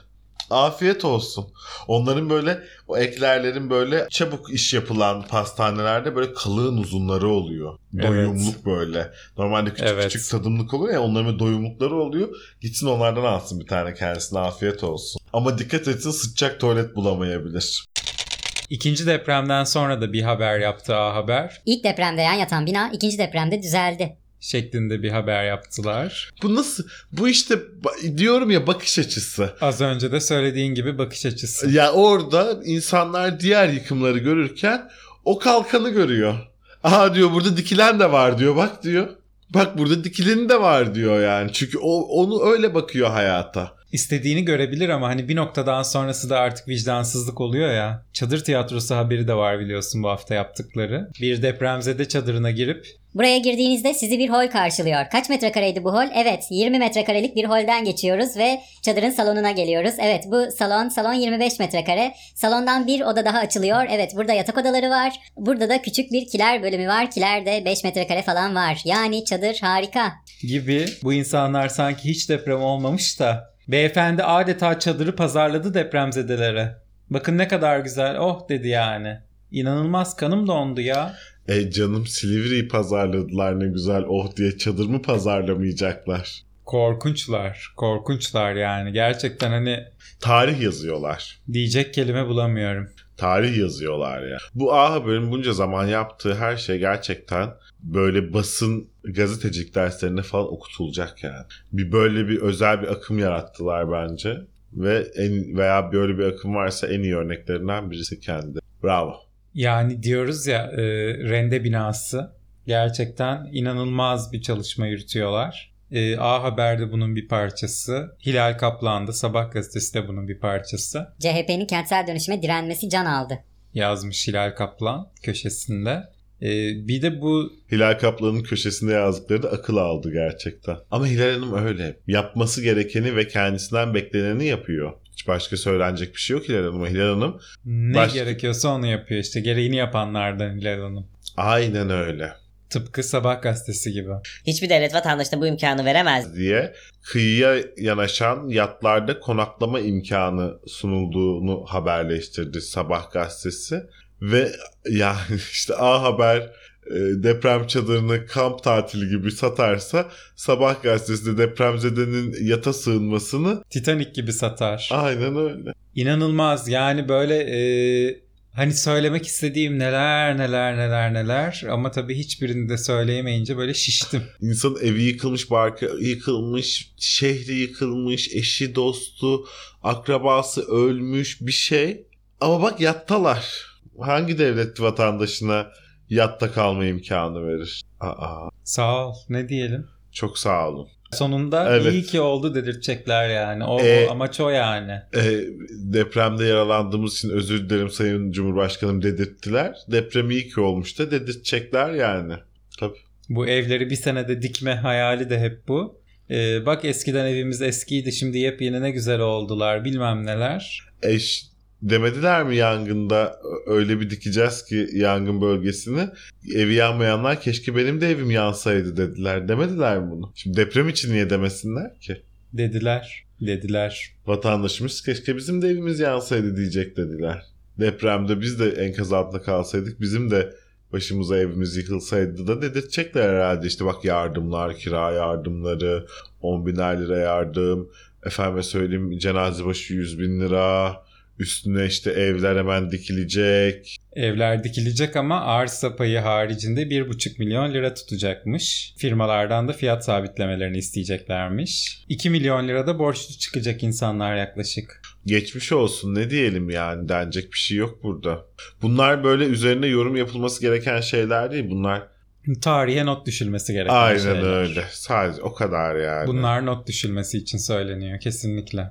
Afiyet olsun. Onların böyle o eklerlerin böyle çabuk iş yapılan pastanelerde böyle kalın uzunları oluyor. Evet. Doyumluk böyle. Normalde küçük Evet. küçük tadımlık oluyor ya, onların böyle doyumlukları oluyor. Gitsin onlardan alsın bir tane kendisine, afiyet olsun. Ama dikkat etsin, sıcak tuvalet bulamayabilir. İkinci depremden sonra da bir haber yaptı A Haber. İlk depremde yan yatan bina ikinci depremde düzeldi. Şeklinde bir haber yaptılar. Bu nasıl? Bu işte diyorum ya, bakış açısı. Az önce de söylediğin gibi bakış açısı. Ya orada insanlar diğer yıkımları görürken o kalkanı görüyor. Aha diyor, burada dikilen de var diyor, bak diyor. Bak burada dikileni de var diyor yani. Çünkü o onu öyle bakıyor hayata. İstediğini görebilir ama hani bir noktadan sonrası da artık vicdansızlık oluyor ya. Çadır tiyatrosu haberi de var biliyorsun bu hafta yaptıkları. Bir depremzede çadırına girip Buraya girdiğinizde sizi bir hol karşılıyor. Kaç metrekareydi bu hol? Evet, yirmi metrekarelik bir holden geçiyoruz ve çadırın salonuna geliyoruz. Evet, bu salon, salon yirmi beş metrekare. Salondan bir oda daha açılıyor. Evet, burada yatak odaları var. Burada da küçük bir kiler bölümü var. Kiler de beş metrekare falan var. Yani çadır harika. gibi bu insanlar sanki hiç deprem olmamış da beyefendi adeta çadırı pazarladı depremzedelere. Bakın ne kadar güzel, oh dedi yani. İnanılmaz, kanım dondu ya. E canım, Silivri'yi pazarladılar ne güzel, oh diye çadır mı pazarlamayacaklar? Korkunçlar, korkunçlar yani. Gerçekten hani Tarih yazıyorlar. diyecek kelime bulamıyorum. Tarih yazıyorlar ya. Bu A Haber'in bunca zaman yaptığı her şey gerçekten böyle basın gazetecilik derslerinde falan okutulacak yani. Bir böyle bir özel bir akım yarattılar bence. Ve en veya böyle bir akım varsa en iyi örneklerinden birisi kendi. Bravo. Yani diyoruz ya e, rende binası. Gerçekten inanılmaz bir çalışma yürütüyorlar. E, A Haber'de bunun bir parçası. Hilal Kaplan'da, Sabah gazetesi de bunun bir parçası. C H P'nin kentsel dönüşüme direnmesi can aldı. Yazmış Hilal Kaplan köşesinde. E, bir de bu Hilal Kaplan'ın köşesinde yazdıkları da akıl aldı gerçekten. Ama Hilal Hanım öyle. Yapması gerekeni ve kendisinden bekleneni yapıyor. Hiç başka söylenecek bir şey yok Hilal Hanım'a. Hilal Hanım ne Baş... gerekiyorsa onu yapıyor işte. Gereğini yapanlardan Hilal Hanım. aynen öyle Tıpkı Sabah gazetesi gibi. Hiçbir devlet vatandaşına bu imkanı veremez diye kıyıya yanaşan yatlarda konaklama imkanı sunulduğunu haberleştirdi Sabah gazetesi. Ve yani işte A Haber e, deprem çadırını kamp tatili gibi satarsa, Sabah gazetesi de depremzedenin yata sığınmasını Titanic gibi satar. aynen öyle. İnanılmaz yani böyle e, hani söylemek istediğim neler neler neler neler ama tabii hiçbirini de söyleyemeyince böyle şiştim. İnsanın evi yıkılmış, barkı yıkılmış, şehri yıkılmış, eşi, dostu, akrabası ölmüş bir şey. Ama bak yattalar. Hangi devlet vatandaşına yatta kalma imkanı verir? Aa, Sağ ol, ne diyelim. çok sağ olun. Sonunda Evet. iyi ki oldu dedirtecekler yani. O, Ee, o amaç o yani. E, depremde yaralandığımız için özür dilerim Sayın Cumhurbaşkanım dedirttiler. Deprem iyi ki olmuş da dedirtecekler yani. Tabii. Bu evleri bir senede dikme hayali de hep bu. Ee, bak eskiden evimiz eskiydi, şimdi yepyeni ne güzel oldular bilmem neler. Eş demediler mi yangında öyle bir dikeceğiz ki yangın bölgesini, evi yanmayanlar keşke benim de evim yansaydı dediler. Demediler mi bunu? Şimdi deprem için niye demesinler ki? Dediler, dediler. Vatandaşımız keşke bizim de evimiz yansaydı diyecek dediler. Depremde biz de enkaz altında kalsaydık, bizim de başımıza evimiz yıkılsaydı da dedirtecekler herhalde. İşte bak, yardımlar, kira yardımları, on biner lira yardım, efendime söyleyeyim cenaze başı yüz bin lira, üstüne işte evler hemen dikilecek. Evler dikilecek ama arsa payı haricinde bir buçuk milyon lira tutacakmış. Firmalardan da fiyat sabitlemelerini isteyeceklermiş. iki milyon lirada borçlu çıkacak insanlar yaklaşık. Geçmiş olsun, ne diyelim yani, denecek bir şey yok burada. Bunlar böyle üzerine yorum yapılması gereken şeyler değil. Bunlar Tarihe not düşülmesi gereken aynen şeyler. öyle. Sadece o kadar yani. Bunlar not düşülmesi için söyleniyor kesinlikle.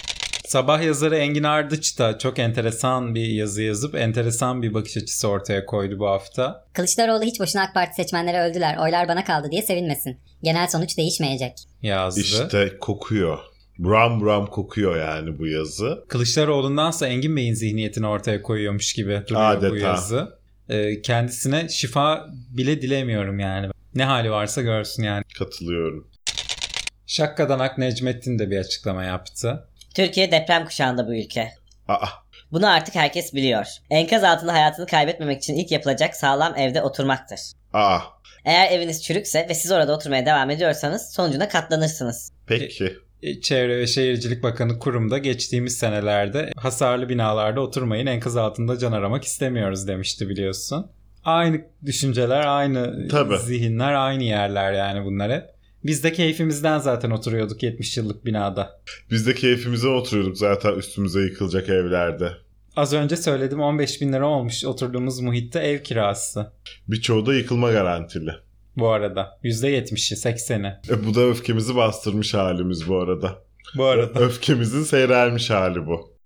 Sabah yazarı Engin Ardıç da çok enteresan bir yazı yazıp enteresan bir bakış açısı ortaya koydu bu hafta. Kılıçdaroğlu hiç boşuna AK Parti seçmenleri öldüler, oylar bana kaldı diye sevinmesin. Genel sonuç değişmeyecek. Yazdı. İşte kokuyor. Buram buram kokuyor yani bu yazı. Kılıçdaroğlu'ndansa Engin Bey'in zihniyetini ortaya koyuyormuş gibi duruyor Adeta. bu yazı. Ee, kendisine şifa bile dilemiyorum yani. Ne hali varsa görsün yani. Katılıyorum. Şakkadanak Necmettin de bir açıklama yaptı. Türkiye deprem kuşağında bu ülke. Aa, Bunu artık herkes biliyor. Enkaz altında hayatını kaybetmemek için ilk yapılacak sağlam evde oturmaktır. aa. Eğer eviniz çürükse ve siz orada oturmaya devam ediyorsanız sonucuna katlanırsınız. Peki. Çevre ve Şehircilik Bakanı kurum da geçtiğimiz senelerde hasarlı binalarda oturmayın, enkaz altında can aramak istemiyoruz demişti biliyorsun. Aynı düşünceler, aynı Tabii. zihinler, aynı yerler yani bunlar hep. Biz de keyfimizden zaten oturuyorduk yetmiş yıllık binada. Biz de keyfimize oturuyorduk zaten üstümüze yıkılacak evlerde. Az önce söyledim, on beş bin lira olmuş oturduğumuz muhitte ev kirası. Birçoğu da yıkılma garantili. Bu arada yüzde yetmişi sekseni. E, bu da öfkemizi bastırmış halimiz bu arada. Bu arada. Öfkemizin seyrelmiş hali bu.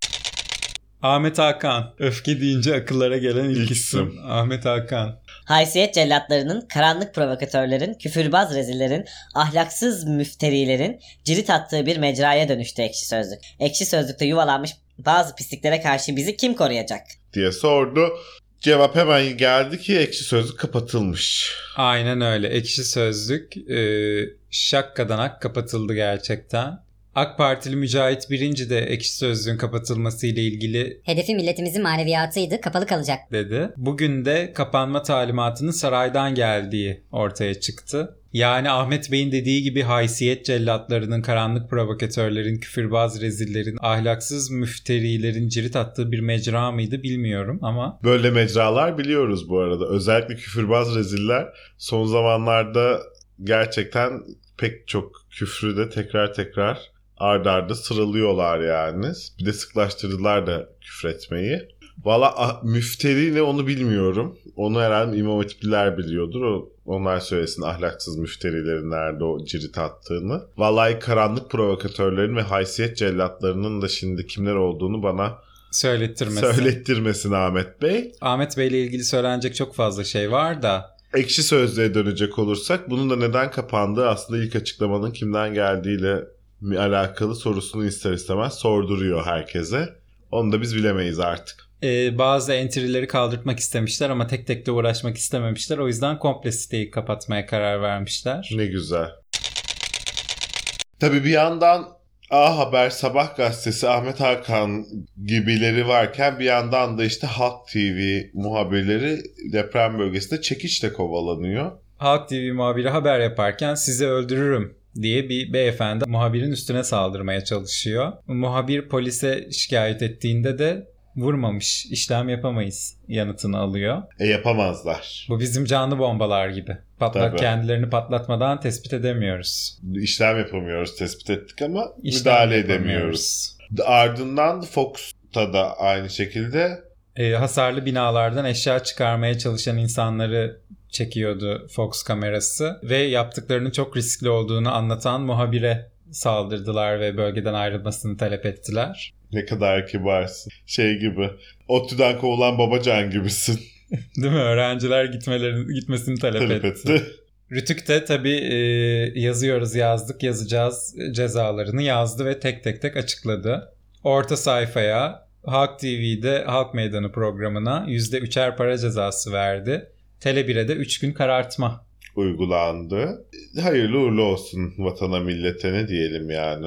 Ahmet Hakan. Öfke deyince akıllara gelen ilk, İlk isim. isim. Ahmet Hakan. Haysiyet cellatlarının, karanlık provokatörlerin, küfürbaz rezillerin, ahlaksız müfterilerin cirit attığı bir mecraya dönüştü Ekşi Sözlük. Ekşi Sözlük'te yuvalanmış bazı pisliklere karşı bizi kim koruyacak? Diye sordu. Cevap hemen geldi ki Ekşi Sözlük kapatılmış. Aynen öyle. Ekşi Sözlük e, şakkadanak kapatıldı gerçekten. AK Partili Mücahit Birinci de Ekşi Sözlük'ün kapatılması ile ilgili Hedefi milletimizin maneviyatıydı, kapalı kalacak. dedi. Bugün de kapanma talimatının saraydan geldiği ortaya çıktı. Yani Ahmet Bey'in dediği gibi haysiyet cellatlarının, karanlık provokatörlerin, küfürbaz rezillerin, ahlaksız müfterilerin cirit attığı bir mecra mıydı bilmiyorum ama... Böyle mecralar biliyoruz bu arada. Özellikle küfürbaz reziller son zamanlarda gerçekten pek çok küfrü de tekrar tekrar ard arda sıralıyorlar yani. Bir de sıklaştırdılar da küfretmeyi. Valla ah, müfteri ne onu bilmiyorum. Onu herhalde İmam Hatipliler biliyordur. O, onlar söylesin ahlaksız müfterilerin nerede o cirit attığını. Vallahi karanlık provokatörlerin ve haysiyet cellatlarının da şimdi kimler olduğunu bana Söylettirmesin. söylettirmesin Ahmet Bey. Ahmet Bey ile ilgili söylenecek çok fazla şey var da. Ekşi Sözlüğe dönecek olursak bunun da neden kapandığı aslında ilk açıklamanın kimden geldiğiyle mi alakalı sorusunu ister istemez sorduruyor herkese. Onu da biz bilemeyiz artık. Ee, bazı entry'leri kaldırtmak istemişler ama tek tek de uğraşmak istememişler. O yüzden komple siteyi kapatmaya karar vermişler. Ne güzel. Tabii bir yandan A Haber, Sabah gazetesi, Ahmet Hakan gibileri varken bir yandan da işte Halk T V muhabirleri deprem bölgesinde çekiçle kovalanıyor. Halk T V muhabiri haber yaparken sizi öldürürüm diye bir beyefendi muhabirin üstüne saldırmaya çalışıyor. Muhabir polise şikayet ettiğinde de vurmamış, işlem yapamayız yanıtını alıyor. E yapamazlar. Bu bizim canlı bombalar gibi. Patlat, Tabii. kendilerini patlatmadan tespit edemiyoruz. İşlem yapamıyoruz tespit ettik ama İşlem müdahale yapamıyoruz. edemiyoruz. Ardından Fox'ta da aynı şekilde E, hasarlı binalardan eşya çıkarmaya çalışan insanları çekiyordu Fox kamerası ve yaptıklarının çok riskli olduğunu anlatan muhabire saldırdılar ve bölgeden ayrılmasını talep ettiler. ne kadar kibarsın. Şey gibi ODTÜ'den kovulan babacan gibisin. Değil mi? Öğrenciler gitmelerini, gitmesini talep, Talep etti. etti. Rütük de tabii e, yazıyoruz, yazdık, yazacağız cezalarını yazdı ve tek tek tek açıkladı. Orta sayfaya Halk T V'de Halk Meydanı programına yüzde üçer para cezası verdi. Tele bir'e de üç gün karartma Uygulandı. Hayırlı uğurlu olsun vatana millete ne diyelim yani.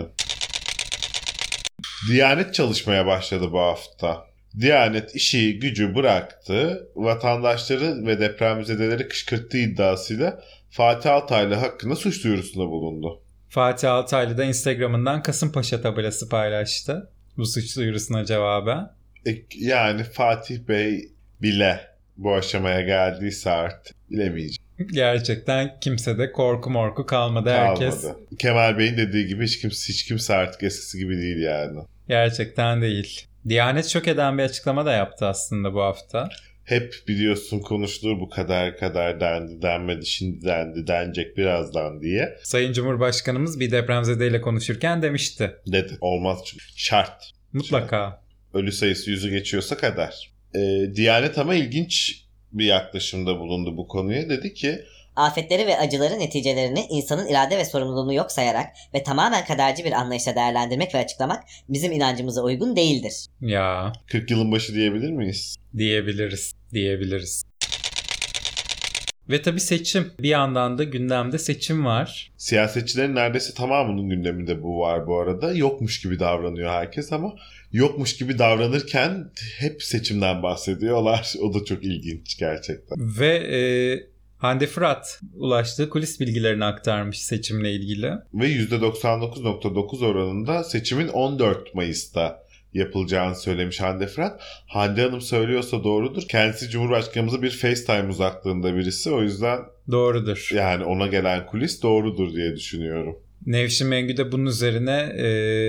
Diyanet çalışmaya başladı bu hafta. Diyanet işi gücü bıraktı. Vatandaşları ve depremzedeleri kışkırttığı iddiasıyla Fatih Altaylı hakkında suç duyurusunda bulundu. Fatih Altaylı da Instagram'ından Kasımpaşa tabelası paylaştı bu suç duyurusuna cevaben. E, yani Fatih Bey bile bu aşamaya geldiyse artık bilemeyeceğim. Gerçekten kimsede korku morku kalmadı. Herkes Kalmadı. Kemal Bey'in dediği gibi hiç kimse, hiç kimse artık eskisi gibi değil yani. gerçekten değil. Diyanet şok eden bir açıklama da yaptı aslında bu hafta. Hep biliyorsun konuşulur bu kadar kadar dendi denmedi şimdi dendi denecek birazdan diye. Sayın Cumhurbaşkanımız bir depremzedeyle konuşurken demişti. Dedi. Olmaz çünkü. Şart. Mutlaka. Ölü sayısı yüzü geçiyorsa kadar. Ee, Diyanet ama ilginç bir yaklaşımda bulundu bu konuya. Dedi ki Afetleri ve acıları neticelerini insanın irade ve sorumluluğunu yok sayarak ve tamamen kaderci bir anlayışla değerlendirmek ve açıklamak bizim inancımıza uygun değildir. Ya kırk yılın başı diyebilir miyiz? diyebiliriz. Diyebiliriz. Ve tabii seçim. Bir yandan da gündemde seçim var. Siyasetçilerin neredeyse tamamının gündeminde bu var bu arada. Yokmuş gibi davranıyor herkes ama yokmuş gibi davranırken hep seçimden bahsediyorlar. O da çok ilginç gerçekten. Ve e, Hande Fırat ulaştığı kulis bilgilerini aktarmış seçimle ilgili. Ve yüzde doksan dokuz virgül dokuz oranında seçimin on dört Mayıs'ta yapılacağını söylemiş Hande Fırat. Hande Hanım söylüyorsa doğrudur. Kendisi Cumhurbaşkanımızı bir FaceTime uzaklığında birisi. O yüzden doğrudur. Yani ona gelen kulis doğrudur diye düşünüyorum. Nevşin Mengü de bunun üzerine e,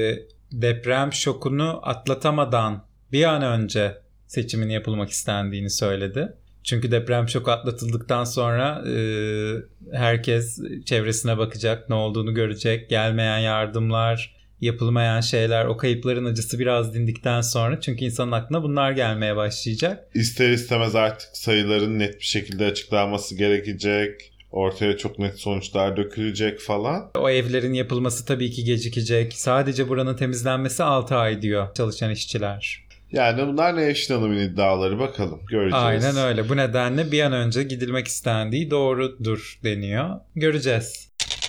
deprem şokunu atlatamadan bir an önce seçimin yapılmak istendiğini söyledi. Çünkü deprem şoku atlatıldıktan sonra e, herkes çevresine bakacak, ne olduğunu görecek, gelmeyen yardımlar, yapılmayan şeyler, o kayıpların acısı biraz dindikten sonra, çünkü insanın aklına bunlar gelmeye başlayacak. İster istemez artık sayıların net bir şekilde açıklanması gerekecek. Ortaya çok net sonuçlar dökülecek falan. O evlerin yapılması tabii ki gecikecek. Sadece buranın temizlenmesi altı ay diyor çalışan işçiler. Yani bunlar Nevşin Hanım'ın iddiaları, bakalım göreceğiz. Aynen öyle. Bu nedenle bir an önce gidilmek istendiği doğrudur deniyor. Göreceğiz.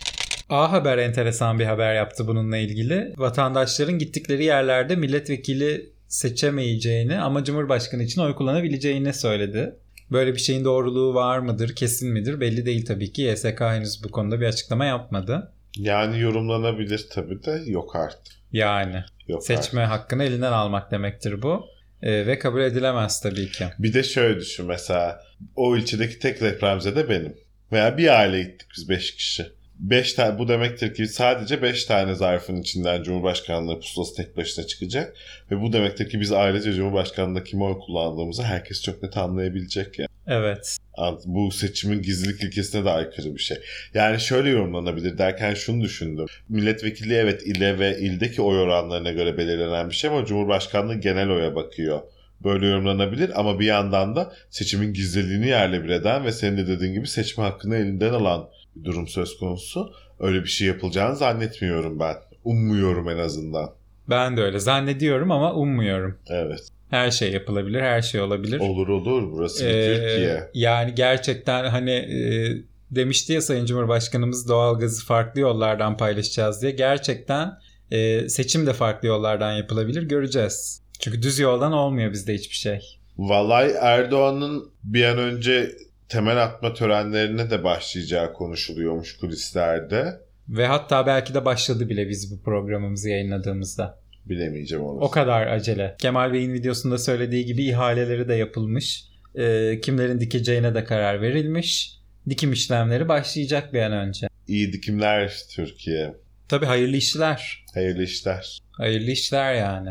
A Haber enteresan bir haber yaptı bununla ilgili. Vatandaşların gittikleri yerlerde milletvekili seçemeyeceğini ama Cumhurbaşkanı için oy kullanabileceğini söyledi. Böyle bir şeyin doğruluğu var mıdır, kesin midir belli değil tabii ki. Y S K henüz bu konuda bir açıklama yapmadı. Yani yorumlanabilir tabii de yok artık. Yani yok seçme artık. hakkını elinden almak demektir bu. Ee, ve kabul edilemez tabii ki. Bir de şöyle düşün, mesela o ilçedeki tek depremzede benim. Veya bir aile gittik biz beş kişi. beş tane, bu demektir ki sadece beş tane zarfın içinden Cumhurbaşkanlığı pusulası tek başına çıkacak. Ve bu demektir ki biz ailece Cumhurbaşkanlığında kime oy kullandığımızı herkes çok net anlayabilecek ya. Evet. Bu seçimin gizlilik ilkesine de aykırı bir şey. Yani şöyle yorumlanabilir derken şunu düşündüm. Milletvekilliği evet ile ve ildeki oy oranlarına göre belirlenen bir şey ama Cumhurbaşkanlığı genel oya bakıyor. Böyle yorumlanabilir ama bir yandan da seçimin gizliliğini yerle bir eden ve senin de dediğin gibi seçme hakkını elinden alan bir durum söz konusu. Öyle bir şey yapılacağını zannetmiyorum ben. Ummuyorum en azından. Ben de öyle zannediyorum ama ummuyorum. Evet. Her şey yapılabilir, her şey olabilir. Olur olur, burası bir ee, Türkiye. Yani gerçekten hani e, demişti ya Sayın Cumhurbaşkanımız, doğalgazı farklı yollardan paylaşacağız diye. Gerçekten e, seçim de farklı yollardan yapılabilir, göreceğiz. Çünkü düz yoldan olmuyor bizde hiçbir şey. Vallahi Erdoğan'ın bir an önce temel atma törenlerine de başlayacağı konuşuluyormuş kulislerde. Ve hatta belki de başladı bile biz bu programımızı yayınladığımızda. Bilemeyeceğim onu. O kadar acele. Kemal Bey'in videosunda söylediği gibi ihaleleri de yapılmış. E, kimlerin dikeceğine de karar verilmiş. Dikim işlemleri başlayacak bir an önce. İyi dikimler Türkiye. Tabii hayırlı işler. Hayırlı işler. Hayırlı işler yani.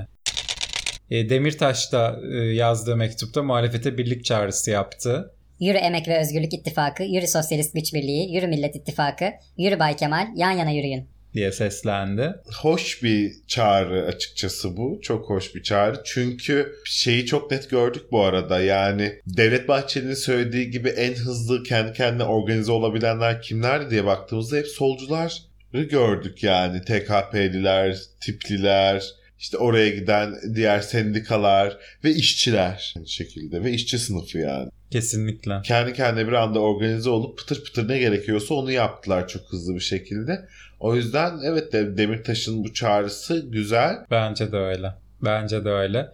E, Demirtaş da e, yazdığı mektupta muhalefete birlik çağrısı yaptı. Yürü Emek ve Özgürlük İttifakı, yürü Sosyalist Güç Birliği, yürü Millet İttifakı, yürü Bay Kemal, yan yana yürüyün diye seslendi. Hoş bir çağrı açıkçası bu. Çok hoş bir çağrı. Çünkü şeyi çok net gördük bu arada. Yani Devlet Bahçeli'nin söylediği gibi en hızlı kendi kendine organize olabilenler kimler diye baktığımızda hep solcuları gördük yani. T K P'liler, tipliler, işte oraya giden diğer sendikalar ve işçiler aynı şekilde ve işçi sınıfı yani. Kesinlikle. Kendi kendine bir anda organize olup pıtır pıtır ne gerekiyorsa onu yaptılar çok hızlı bir şekilde. O yüzden evet de Demirtaş'ın bu çağrısı güzel. Bence de öyle. Bence de öyle.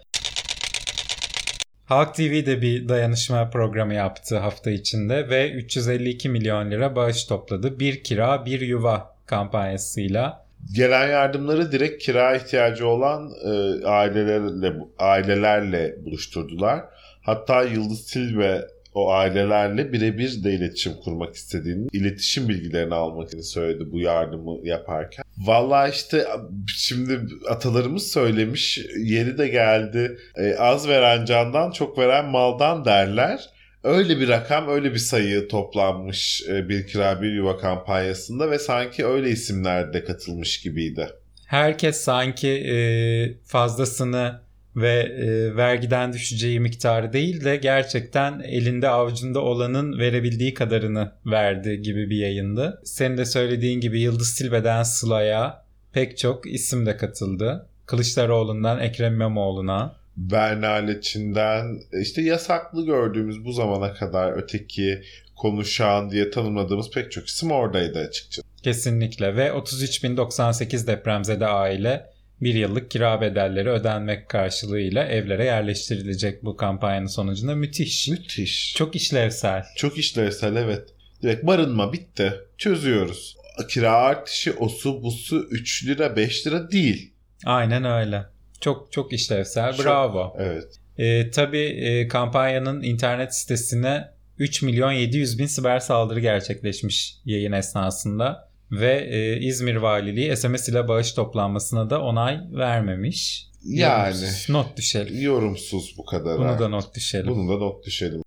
Halk T V de bir dayanışma programı yaptı hafta içinde ve üç yüz elli iki milyon lira bağış topladı. Bir kira bir yuva kampanyasıyla. Gelen yardımları direkt kira ihtiyacı olan e, ailelerle ailelerle buluşturdular. Hatta Yıldız Tilbe o ailelerle birebir de iletişim kurmak istediğini, iletişim bilgilerini almak istediğini söyledi bu yardımı yaparken. Vallahi işte şimdi atalarımız söylemiş, yeri de geldi. E, az veren candan, çok veren maldan derler. Öyle bir rakam, öyle bir sayı toplanmış e, bir kira bir yuva kampanyasında ve sanki öyle isimler de katılmış gibiydi. Herkes sanki e, fazlasını ve e, vergiden düşeceği miktarı değil de gerçekten elinde avucunda olanın verebildiği kadarını verdi gibi bir yayındı. Senin de söylediğin gibi Yıldız Tilbe'den Sıla'ya pek çok isim de katıldı. Kılıçdaroğlu'ndan Ekrem İmamoğlu'na. Berna Leçin'den işte yasaklı gördüğümüz bu zamana kadar öteki konuşan diye tanımladığımız pek çok isim oradaydı açıkçası. Kesinlikle ve otuz üç bin doksan sekiz depremzede aile bir yıllık kira bedelleri ödenmek karşılığıyla evlere yerleştirilecek bu kampanyanın sonucunda. Müthiş. Müthiş. Çok işlevsel. Çok işlevsel, evet. Direkt barınma bitti. Çözüyoruz. Kira artışı osu busu üç lira beş lira değil. Aynen öyle. Çok çok işlevsel. Çok, bravo. Evet. Ee, tabii e, kampanyanın internet sitesine üç milyon yedi yüz bin siber saldırı gerçekleşmiş yayın esnasında. Ve e, İzmir Valiliği S M S ile bağış toplanmasına da onay vermemiş. Yani. Yorumsuz, not düşelim. Yorumsuz bu kadar. Bunu ha. da not düşelim. Bunu da not düşelim.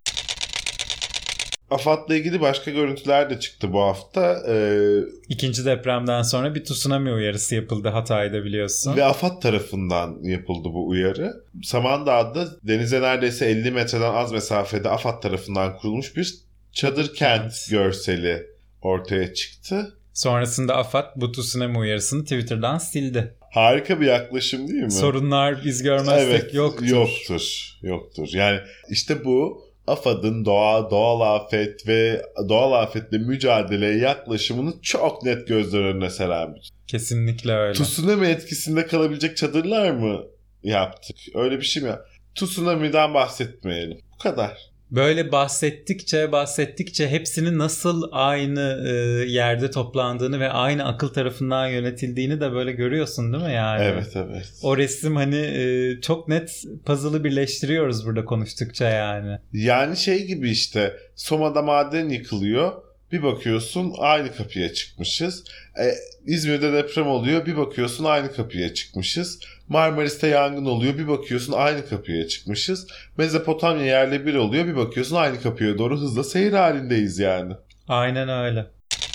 AFAD'la ilgili başka görüntüler de çıktı bu hafta. Ee, İkinci depremden sonra bir tsunami uyarısı yapıldı Hatay'da biliyorsun. ve AFAD tarafından yapıldı bu uyarı. Samandağ'da denize neredeyse elli metreden az mesafede AFAD tarafından kurulmuş bir çadır kent görseli ortaya çıktı. Sonrasında AFAD bu tsunami uyarısını Twitter'dan sildi. Harika bir yaklaşım değil mi? Sorunlar biz görmezsek evet, yoktur. Yoktur. Yoktur. Yani işte bu AFAD'ın doğa, doğal afet ve doğal afetle mücadeleye yaklaşımını çok net gözler önüne seren bir. Kesinlikle öyle. Tsunami etkisinde kalabilecek çadırlar mı yaptık? Öyle bir şey mi? Tsunami'den bahsetmeyelim. Bu kadar. Böyle bahsettikçe bahsettikçe hepsinin nasıl aynı e, yerde toplandığını ve aynı akıl tarafından yönetildiğini de böyle görüyorsun değil mi yani? Evet evet. O resim hani e, çok net puzzle'ı birleştiriyoruz burada konuştukça yani. Yani şey gibi işte Soma'da maden yıkılıyor. Bir bakıyorsun aynı kapıya çıkmışız. Ee, İzmir'de deprem oluyor. Bir bakıyorsun aynı kapıya çıkmışız. Marmaris'te yangın oluyor. Bir bakıyorsun aynı kapıya çıkmışız. Mezopotamya yerle bir oluyor. Bir bakıyorsun aynı kapıya doğru hızla seyir halindeyiz yani. Aynen öyle.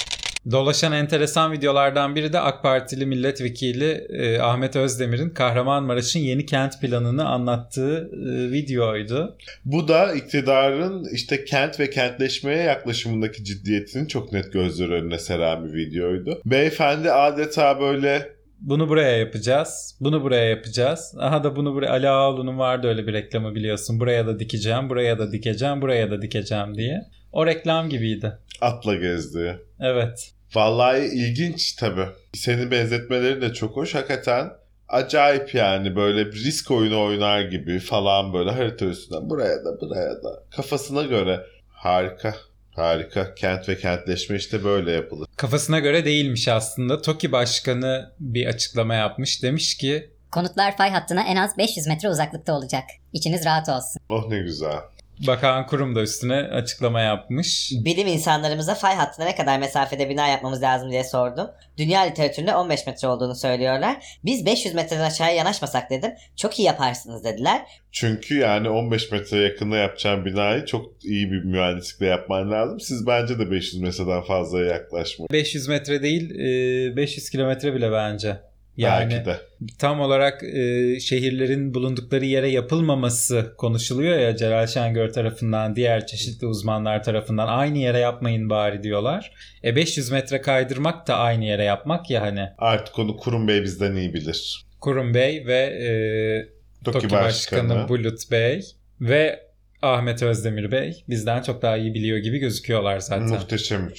Dolaşan enteresan videolardan biri de AK Partili milletvekili e, Ahmet Özdemir'in Kahramanmaraş'ın yeni kent planını anlattığı e, videoydu. Bu da iktidarın işte kent ve kentleşmeye yaklaşımındaki ciddiyetini çok net gözler önüne seren bir videoydu. Beyefendi adeta böyle bunu buraya yapacağız, bunu buraya yapacağız. Aha da bunu buraya, Ali Ağaoğlu'nun vardı öyle bir reklamı biliyorsun. Buraya da dikeceğim, buraya da dikeceğim, buraya da dikeceğim diye. O reklam gibiydi. atla gezdi. Evet. Vallahi ilginç tabii. Senin benzetmeleri de çok hoş. Hakikaten acayip yani böyle bir risk oyunu oynar gibi falan böyle harita üstünden buraya da buraya da kafasına göre harika. Harika. Kent ve kentleşme işte böyle yapılır. Kafasına göre değilmiş aslında. TOKİ Başkanı bir açıklama yapmış. Demiş ki Konutlar fay hattına en az beş yüz metre uzaklıkta olacak. İçiniz rahat olsun. Oh ne güzel. Bakan Kurum da üstüne açıklama yapmış. Bilim insanlarımıza fay hattına ne kadar mesafede bina yapmamız lazım diye sordum. Dünya literatüründe on beş metre olduğunu söylüyorlar. Biz beş yüz metreden aşağıya yanaşmasak dedim. Çok iyi yaparsınız dediler. Çünkü yani on beş metre yakında yapacağın binayı çok iyi bir mühendislikle yapman lazım. Siz bence de beş yüz metreden fazlaya yaklaşmayın. beş yüz metre değil beş yüz kilometre bile bence. Yani Belki de. tam olarak e, şehirlerin bulundukları yere yapılmaması konuşuluyor ya Celal Şengör tarafından, diğer çeşitli uzmanlar tarafından. Aynı yere yapmayın bari diyorlar. E beş yüz metre kaydırmak da aynı yere yapmak ya hani. Artık onu Kurum Bey bizden iyi bilir. Kurum Bey ve e, TOKİ TOKİ Başkanı, Başkanı Bulut Bey ve Ahmet Özdemir Bey bizden çok daha iyi biliyor gibi gözüküyorlar zaten. Muhteşem.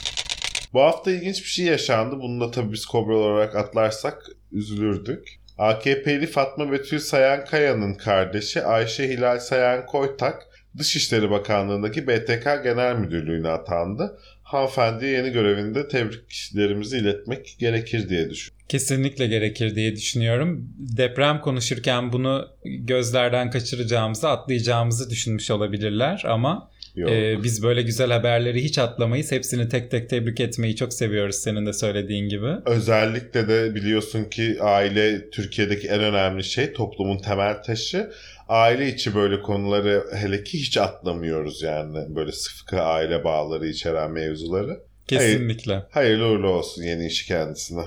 Bu hafta ilginç bir şey yaşandı. Bunu da tabii biz Kobra olarak atlarsak üzülürdük. A K P'li Fatma Betül Sayan Kaya'nın kardeşi Ayşe Hilal Sayan Koytak, Dışişleri Bakanlığı'ndaki B T K Genel Müdürlüğü'ne atandı. Hanımefendiye yeni görevinde tebriklerimizi iletmek gerekir diye düşünüyorum. Kesinlikle gerekir diye düşünüyorum. Deprem konuşurken bunu gözlerden kaçıracağımızı, atlayacağımızı düşünmüş olabilirler ama e, biz böyle güzel haberleri hiç atlamayız. Hepsini tek tek tebrik etmeyi çok seviyoruz senin de söylediğin gibi. Özellikle de biliyorsun ki aile Türkiye'deki en önemli şey, toplumun temel taşı. Aile içi böyle konuları hele ki hiç atlamıyoruz yani. Böyle sıkı aile bağları içeren mevzuları. Kesinlikle. Hayır, hayırlı uğurlu olsun yeni işi kendisine.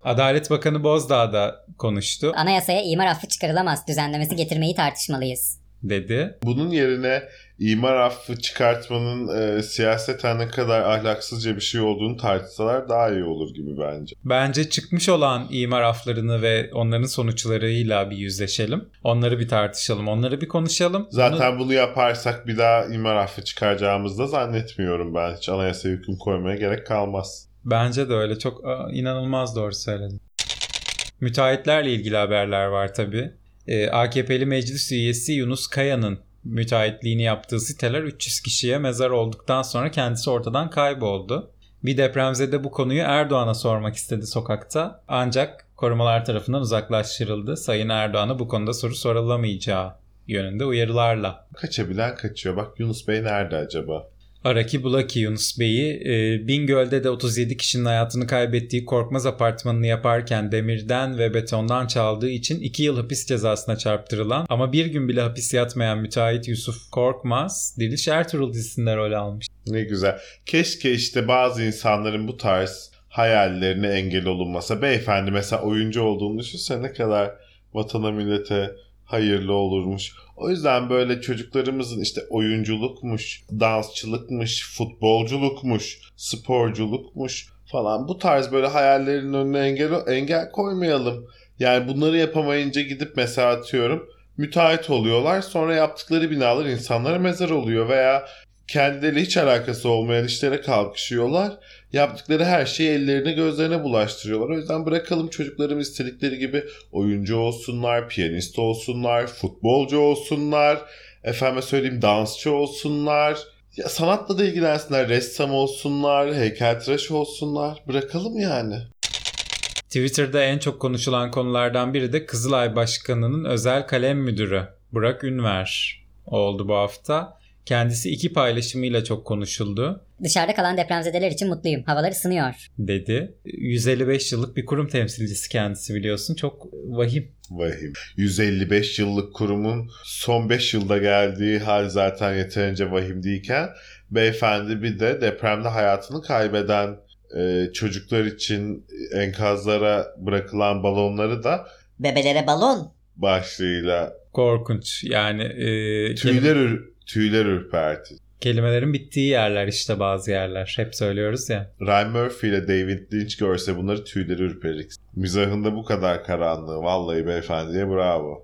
Adalet Bakanı Bozdağ da konuştu. Anayasaya imar affı çıkarılamaz düzenlemesi getirmeyi tartışmalıyız. dedi. Bunun yerine imar affı çıkartmanın e, siyaseten ne kadar ahlaksızca bir şey olduğunu tartışsalar daha iyi olur gibi bence. Bence çıkmış olan imar afflarını ve onların sonuçlarıyla bir yüzleşelim. Onları bir tartışalım, onları bir konuşalım. Zaten bunu, bunu yaparsak bir daha imar affı çıkaracağımızı da zannetmiyorum ben. Hiç anayasaya hüküm koymaya gerek kalmaz. Bence de öyle. Çok inanılmaz doğru söyledin. Müteahhitlerle ilgili haberler var tabii. Ee, A K P'li meclis üyesi Yunus Kaya'nın müteahhitliğini yaptığı siteler üç yüz kişiye mezar olduktan sonra kendisi ortadan kayboldu. Bir depremzede bu konuyu Erdoğan'a sormak istedi sokakta. Ancak korumalar tarafından uzaklaştırıldı. Sayın Erdoğan'a bu konuda soru sorulamayacağı yönünde uyarılarla. Kaçabilen kaçıyor. Bak Yunus Bey nerede acaba? Araki bulaki Yunus Bey'i e, Bingöl'de de otuz yedi kişinin hayatını kaybettiği Korkmaz Apartmanı'nı yaparken demirden ve betondan çaldığı için iki yıl hapis cezasına çarptırılan ama bir gün bile hapis yatmayan müteahhit Yusuf Korkmaz, Diliş Ertuğrul dizisinde rol almış. Ne güzel. Keşke işte bazı insanların bu tarz hayallerine engel olunmasa. Beyefendi mesela oyuncu olduğunu düşünsene ne kadar vatana millete hayırlı olurmuş. O yüzden böyle çocuklarımızın işte oyunculukmuş, dansçılıkmış, futbolculukmuş, sporculukmuş falan bu tarz böyle hayallerinin önüne engel, engel koymayalım. Yani bunları yapamayınca gidip mesela atıyorum müteahhit oluyorlar. Sonra yaptıkları binalar insanlara mezar oluyor veya kendileriyle hiç alakası olmayan işlere kalkışıyorlar. Yaptıkları her şeyi ellerine gözlerine bulaştırıyorlar. O yüzden bırakalım çocuklarımız istedikleri gibi oyuncu olsunlar, piyanist olsunlar, futbolcu olsunlar, efendime söyleyeyim dansçı olsunlar. Ya sanatla da ilgilensinler, ressam olsunlar, heykeltıraş olsunlar. Bırakalım yani. Twitter'da en çok konuşulan konulardan biri de Kızılay Başkanı'nın özel kalem müdürü Burak Ünver oldu bu hafta. Kendisi iki paylaşımıyla çok konuşuldu. Dışarıda kalan depremzedeler için mutluyum. Havalar ısınıyor. Dedi. yüz elli beş yıllık bir kurum temsilcisi kendisi biliyorsun. Çok vahim. Vahim. yüz elli beş yıllık kurumun son beş yılda geldiği hal zaten yeterince vahim değilken beyefendi bir de depremde hayatını kaybeden e, çocuklar için enkazlara bırakılan balonları da Bebelere balon. başlığıyla Korkunç. Yani e, tüyler, kelime, ür, tüyler ürperti. kelimelerin bittiği yerler işte bazı yerler. Hep söylüyoruz ya. Ryan Murphy ile David Lynch görse bunları tüyleri ürperik. Mizahında bu kadar karanlığı. Vallahi beyefendiye bravo.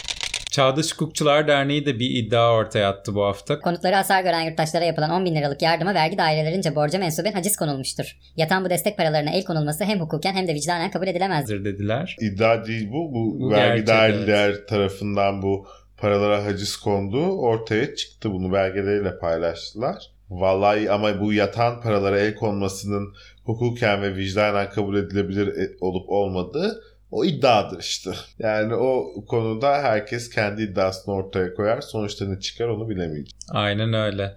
Çağdaş Hukukçular Derneği de bir iddia ortaya attı bu hafta. Konutları hasar gören yurttaşlara yapılan on bin liralık yardıma vergi dairelerince borca mensuben haciz konulmuştur. Yatan bu destek paralarına el konulması hem hukuken hem de vicdanen kabul edilemezdir dediler. İddia değil bu. Bu, Bu vergi gerçek, daireler evet. tarafından bu paralara haciz konduğu ortaya çıktı. Bunu belgeleriyle paylaştılar. Vallahi ama bu yatan paralara el konmasının hukuken ve vicdanen kabul edilebilir olup olmadığı o iddiadır işte. Yani o konuda herkes kendi iddiasını ortaya koyar. Sonuçta ne çıkar onu bilemeyeceğiz. Aynen öyle.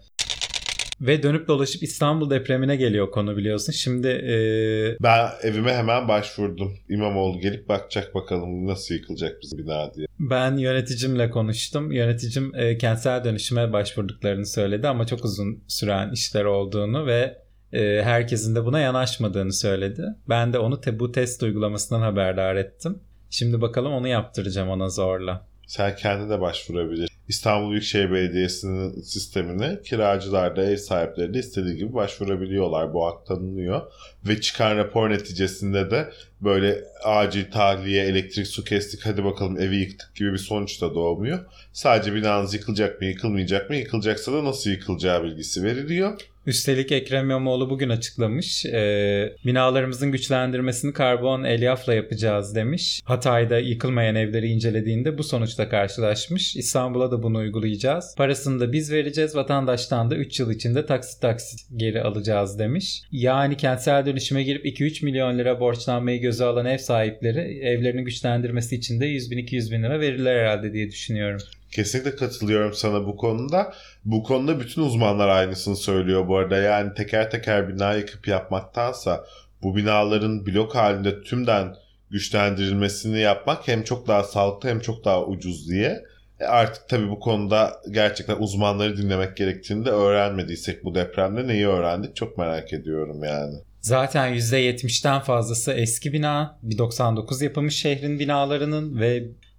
Ve dönüp dolaşıp İstanbul depremine geliyor konu biliyorsun. Şimdi ee... ben evime hemen başvurdum. İmamoğlu gelip bakacak bakalım nasıl yıkılacak bizim bina diye. Ben yöneticimle konuştum. Yöneticim e, kentsel dönüşüme başvurduklarını söyledi ama çok uzun süren işler olduğunu ve e, herkesin de buna yanaşmadığını söyledi. Ben de onu te- bu test uygulamasından haberdar ettim. Şimdi bakalım onu yaptıracağım ona zorla. Sen kendi de başvurabilirsin. İstanbul Büyükşehir Belediyesi'nin sistemine kiracılar da ev sahipleri de istediği gibi başvurabiliyorlar. Bu hak tanınıyor. Ve çıkan rapor neticesinde de böyle acil tahliye, elektrik, su kestik, hadi bakalım evi yıktık gibi bir sonuç da doğmuyor. Sadece binanız yıkılacak mı, yıkılmayacak mı, yıkılacaksa da nasıl yıkılacağı bilgisi veriliyor. Üstelik Ekrem İmamoğlu bugün açıklamış. E, binalarımızın güçlendirmesini karbon elyafla yapacağız demiş. Hatay'da yıkılmayan evleri incelediğinde bu sonuçla karşılaşmış. İstanbul'a da bunu uygulayacağız. Parasını da biz vereceğiz. Vatandaştan da üç yıl içinde taksit taksit geri alacağız demiş. Yani kentsel dönüşüme girip iki üç milyon lira borçlanmayı göze alan ev sahipleri evlerini güçlendirmesi için de yüz bin iki yüz bin lira verirler herhalde diye düşünüyorum. Kesinlikle katılıyorum sana bu konuda. Bu konuda bütün uzmanlar aynısını söylüyor bu arada. Yani teker teker bina yıkıp yapmaktansa bu binaların blok halinde tümden güçlendirilmesini yapmak hem çok daha sağlıklı hem çok daha ucuz diye. E artık tabii bu konuda gerçekten uzmanları dinlemek gerektiğini de öğrenmediysek bu depremde neyi öğrendik çok merak ediyorum yani. Zaten yüzde yetmişten fazlası eski bina. Bir doksan dokuz yapılmış şehrin binalarının ve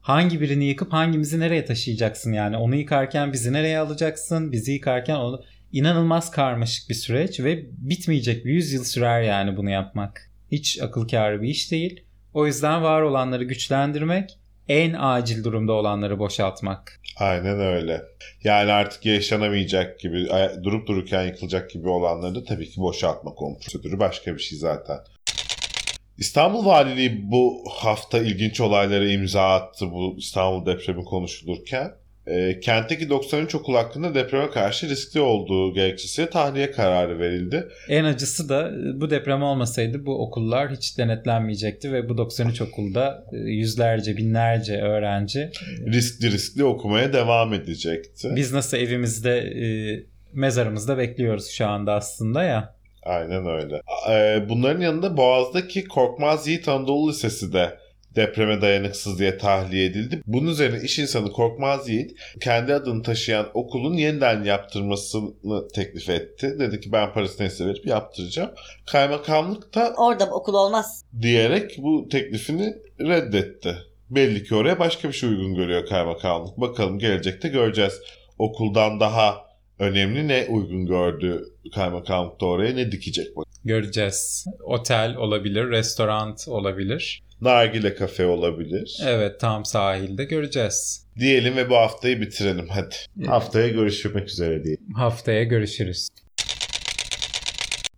hangi birini yıkıp hangimizi nereye taşıyacaksın yani? Onu yıkarken bizi nereye alacaksın? Bizi yıkarken onu... İnanılmaz karmaşık bir süreç ve bitmeyecek bir yüz yıl sürer yani bunu yapmak. Hiç akıl kârı bir iş değil. O yüzden var olanları güçlendirmek, en acil durumda olanları boşaltmak. Aynen öyle. Yani artık yaşanamayacak gibi, durup dururken yıkılacak gibi olanları da tabii ki boşaltmak o prosedürü başka bir şey zaten. İstanbul Valiliği bu hafta ilginç olaylara imza attı bu İstanbul depremi konuşulurken. E, kentteki doksan üç okul hakkında depreme karşı riskli olduğu gerekçesiyle tahliye kararı verildi. En acısı da bu deprem olmasaydı bu okullar hiç denetlenmeyecekti ve bu doksan üç okulda yüzlerce, binlerce öğrenci riskli riskli okumaya devam edecekti. Biz nasıl evimizde, e, mezarımızda bekliyoruz şu anda aslında ya. Aynen öyle. E, bunların yanında Boğaz'daki Korkmaz Yiğit Anadolu Lisesi de depreme dayanıksız diye tahliye edildi. Bunun üzerine iş insanı Korkmaz Yiğit kendi adını taşıyan okulun yeniden yaptırmasını teklif etti. Dedi ki ben parasını neyse verip yaptıracağım. Kaymakamlık da orada okul olmaz diyerek bu teklifini reddetti. Belli ki oraya başka bir şey uygun görüyor kaymakamlık. Bakalım gelecekte göreceğiz. Okuldan daha önemli ne uygun gördü kaymakamlık da oraya ne dikecek bak. Göreceğiz. Otel olabilir, restoran olabilir. Nargile kafe olabilir. Evet, tam sahilde göreceğiz. Diyelim ve bu haftayı bitirelim hadi. Haftaya görüşmek üzere diyelim. Haftaya görüşürüz.